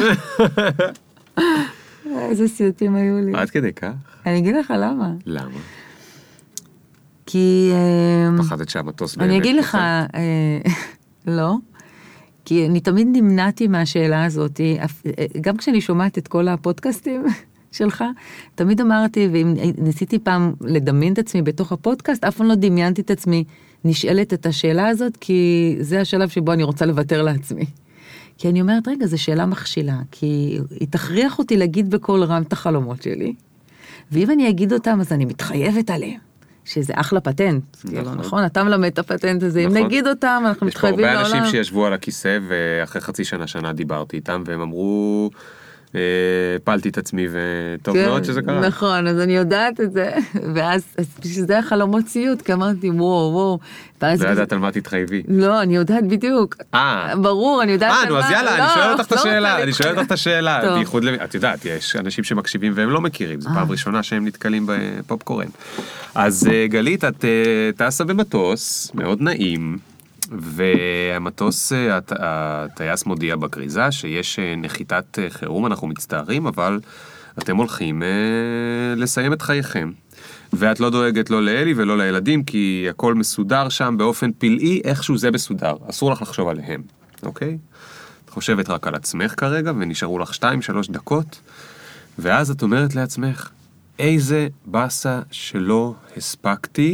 איזה סיוטים היו לי. עד כדי כך? אני אגיד לך למה. למה? כי... פחדת שהמטוס באמת... אני אגיד לך, לא, כי אני תמיד נמנעתי מהשאלה הזאת, גם כשאני שומעת את כל הפודקאסטים שלך, תמיד אמרתי, ואם ניסיתי פעם לדמיין את עצמי בתוך הפודקאסט, אף פעם לא דמיינתי את עצמי נשאלת את השאלה הזאת, כי זה השלב שבו אני רוצה לוותר לעצמי. כי אני אומרת, רגע, זו שאלה מכשילה, כי היא תכריח אותי להגיד בכל רם את החלומות שלי, ואם אני אגיד אותם, אז אני מתחייבת עליהם. שזה אחלה פטנט, כאילו, נכון? אתה מלמד את הפטנט הזה, אם נגיד אותם, אנחנו מתחייבים לעולם. יש פה הרבה אנשים שישבו על הכיסא, ואחרי חצי שנה שנה דיברתי איתם, והם אמרו, פעלתי את עצמי, וטוב מאוד שזה קרה. נכון, אז אני יודעת את זה, ואז זה החלומות סיוט, כי אמרתי, וואו, וואו. לא יודעת על מה תתחייבי. לא, אני יודעת בדיוק. ברור, אני יודעת על מה. אה, נו, אז יאללה, אני שואל אותך את השאלה, אני שואל אותך את השאלה, בייחוד, את יודעת, יש אנשים שמקשיבים והם לא מכירים, זו פעם ראשונה שהם נתקלים בפופקורן. אז גלית, את טסה במטוס, מאוד נעים, והמטוס, הטייס מודיע בקריזה שיש נחיתת חירום, אנחנו מצטערים, אבל אתם הולכים לסיים את חייכם. ואת לא דואגת לא לאלי ולא לילדים, כי הכל מסודר שם באופן פלאי, איכשהו זה מסודר. אסור לך לחשוב עליהם, אוקיי? את חושבת רק על עצמך כרגע, ונשארו לך שתיים, שלוש דקות, ואז את אומרת לעצמך, איזה בסה שלא הספקתי,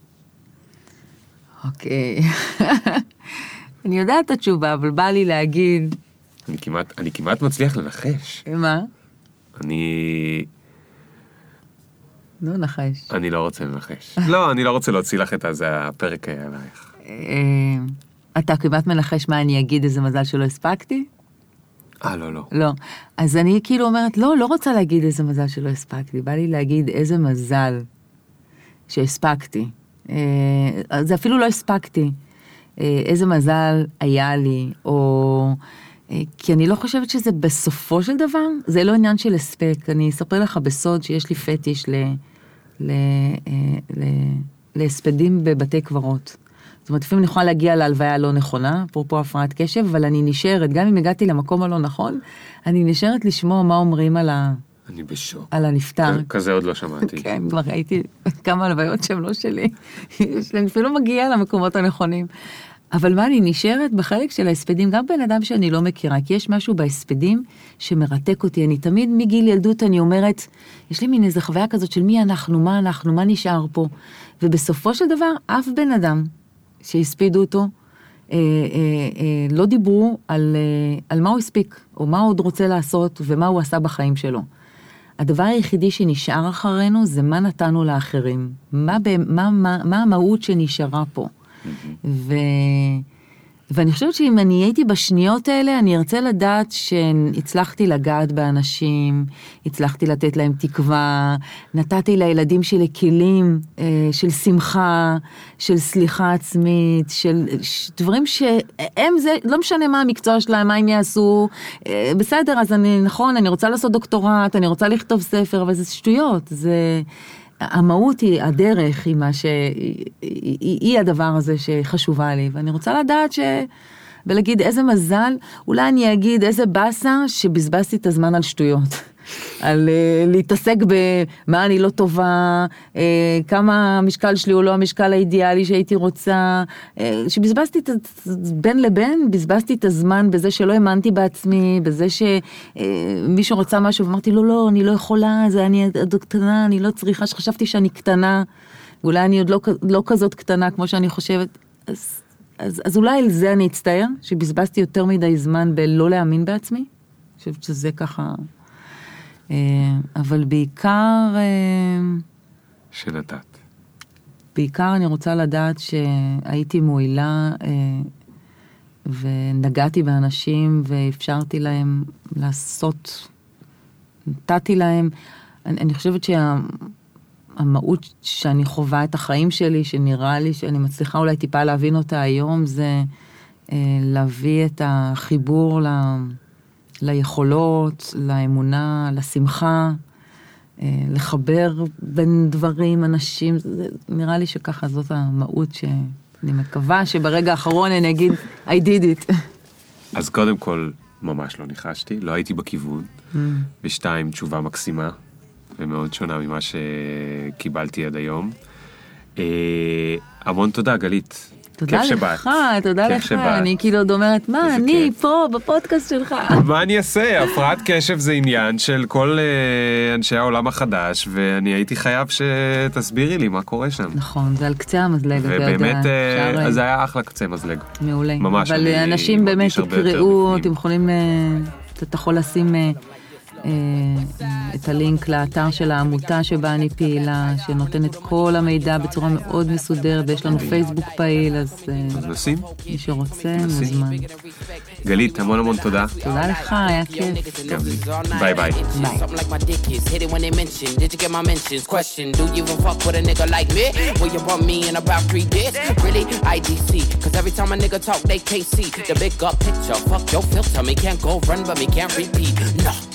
אוקיי. אני יודעת את התשובה, אבל בא לי להגיד... אני כמעט, אני כמעט מצליח לנחש. מה? אני... לא נחש. אני לא רוצה לנחש. לא, אני לא רוצה להוציא לך את זה, הפרק עלייך. אתה כמעט מנחש מה אני אגיד, איזה מזל שלא הספקתי? אה, לא, לא. לא. אז אני כאילו אומרת, לא, לא רוצה להגיד איזה מזל שלא הספקתי. בא לי להגיד איזה מזל שהספקתי. זה אפילו לא הספקתי. איזה מזל היה לי, או... כי אני לא חושבת שזה בסופו של דבר, זה לא עניין של הספק. אני אספר לך בסוד שיש לי פטיש ל... ל... ל... להספדים בבתי קברות. זאת אומרת, לפעמים אני יכולה להגיע להלוויה לא נכונה, אפרופו הפרעת קשב, אבל אני נשארת, גם אם הגעתי למקום הלא נכון, אני נשארת לשמוע מה אומרים על ה... אני בשוק. על הנפטר. כזה עוד לא שמעתי. כן, כבר ראיתי כמה הלוויות שהן לא שלי. אני אפילו מגיעה למקומות הנכונים. אבל מה, אני נשארת בחלק של ההספדים, גם בן אדם שאני לא מכירה, כי יש משהו בהספדים שמרתק אותי. אני תמיד מגיל ילדות אני אומרת, יש לי מין איזו חוויה כזאת של מי אנחנו, מה אנחנו, מה נשאר פה. ובסופו של דבר, אף בן אדם שהספידו אותו, אה, אה, אה, לא דיברו על, אה, על מה הוא הספיק, או מה הוא עוד רוצה לעשות, ומה הוא עשה בחיים שלו. הדבר היחידי שנשאר אחרינו, זה מה נתנו לאחרים. מה, מה, מה, מה המהות שנשארה פה. ו... ואני חושבת שאם אני הייתי בשניות האלה, אני ארצה לדעת שהצלחתי לגעת באנשים, הצלחתי לתת להם תקווה, נתתי לילדים שלי כלים אה, של שמחה, של סליחה עצמית, של דברים שהם זה, לא משנה מה המקצוע שלהם, מה הם יעשו, אה, בסדר, אז אני, נכון, אני רוצה לעשות דוקטורט, אני רוצה לכתוב ספר, אבל זה שטויות, זה... המהות היא, הדרך היא מה ש... היא, היא, היא הדבר הזה שחשובה לי, ואני רוצה לדעת ש... ולהגיד איזה מזל, אולי אני אגיד איזה בסה שבזבזתי את הזמן על שטויות. על uh, להתעסק במה אני לא טובה, uh, כמה המשקל שלי הוא לא המשקל האידיאלי שהייתי רוצה, uh, שבזבזתי את, בין לבין, בזבזתי את הזמן בזה שלא האמנתי בעצמי, בזה שמישהו uh, רוצה משהו, ואמרתי לו, לא, אני לא יכולה, זה אני עוד קטנה, אני לא צריכה, שחשבתי שאני קטנה, ואולי אני עוד לא, לא כזאת קטנה כמו שאני חושבת, אז, אז, אז אולי על זה אני אצטער, שבזבזתי יותר מדי זמן בלא להאמין בעצמי, אני חושבת שזה ככה... אבל בעיקר... שנתת. בעיקר אני רוצה לדעת שהייתי מועילה ונגעתי באנשים ואפשרתי להם לעשות, נתתי להם. אני, אני חושבת שהמהות שאני חווה את החיים שלי, שנראה לי שאני מצליחה אולי טיפה להבין אותה היום, זה להביא את החיבור ל... ליכולות, לאמונה, לשמחה, לחבר בין דברים, אנשים, זה, נראה לי שככה זאת המהות שאני מקווה שברגע האחרון אני אגיד, I did it. אז קודם כל, ממש לא ניחשתי, לא הייתי בכיוון, mm. ושתיים, תשובה מקסימה, ומאוד שונה ממה שקיבלתי עד היום. אה, המון תודה, גלית. תודה לך, תודה לך, אני כאילו עוד אומרת, מה, אני פה בפודקאסט שלך. מה אני אעשה? הפרעת קשב זה עניין של כל אנשי העולם החדש, ואני הייתי חייב שתסבירי לי מה קורה שם. נכון, זה על קצה המזלג, אתה יודע. ובאמת, אז זה היה אחלה קצה מזלג. מעולה. ממש. אבל אנשים באמת יקראו, אתם יכולים, אתה יכול לשים את הלינק לאתר של העמותה שבה אני פעילה, שנותן את כל המידע בצורה מאוד מסודרת, ויש לנו פייסבוק פעיל, אז נשים. מי שרוצה, מוזמן. גלית, המון המון תודה. תודה לך, היה כיף. גם לי. ביי ביי. biy.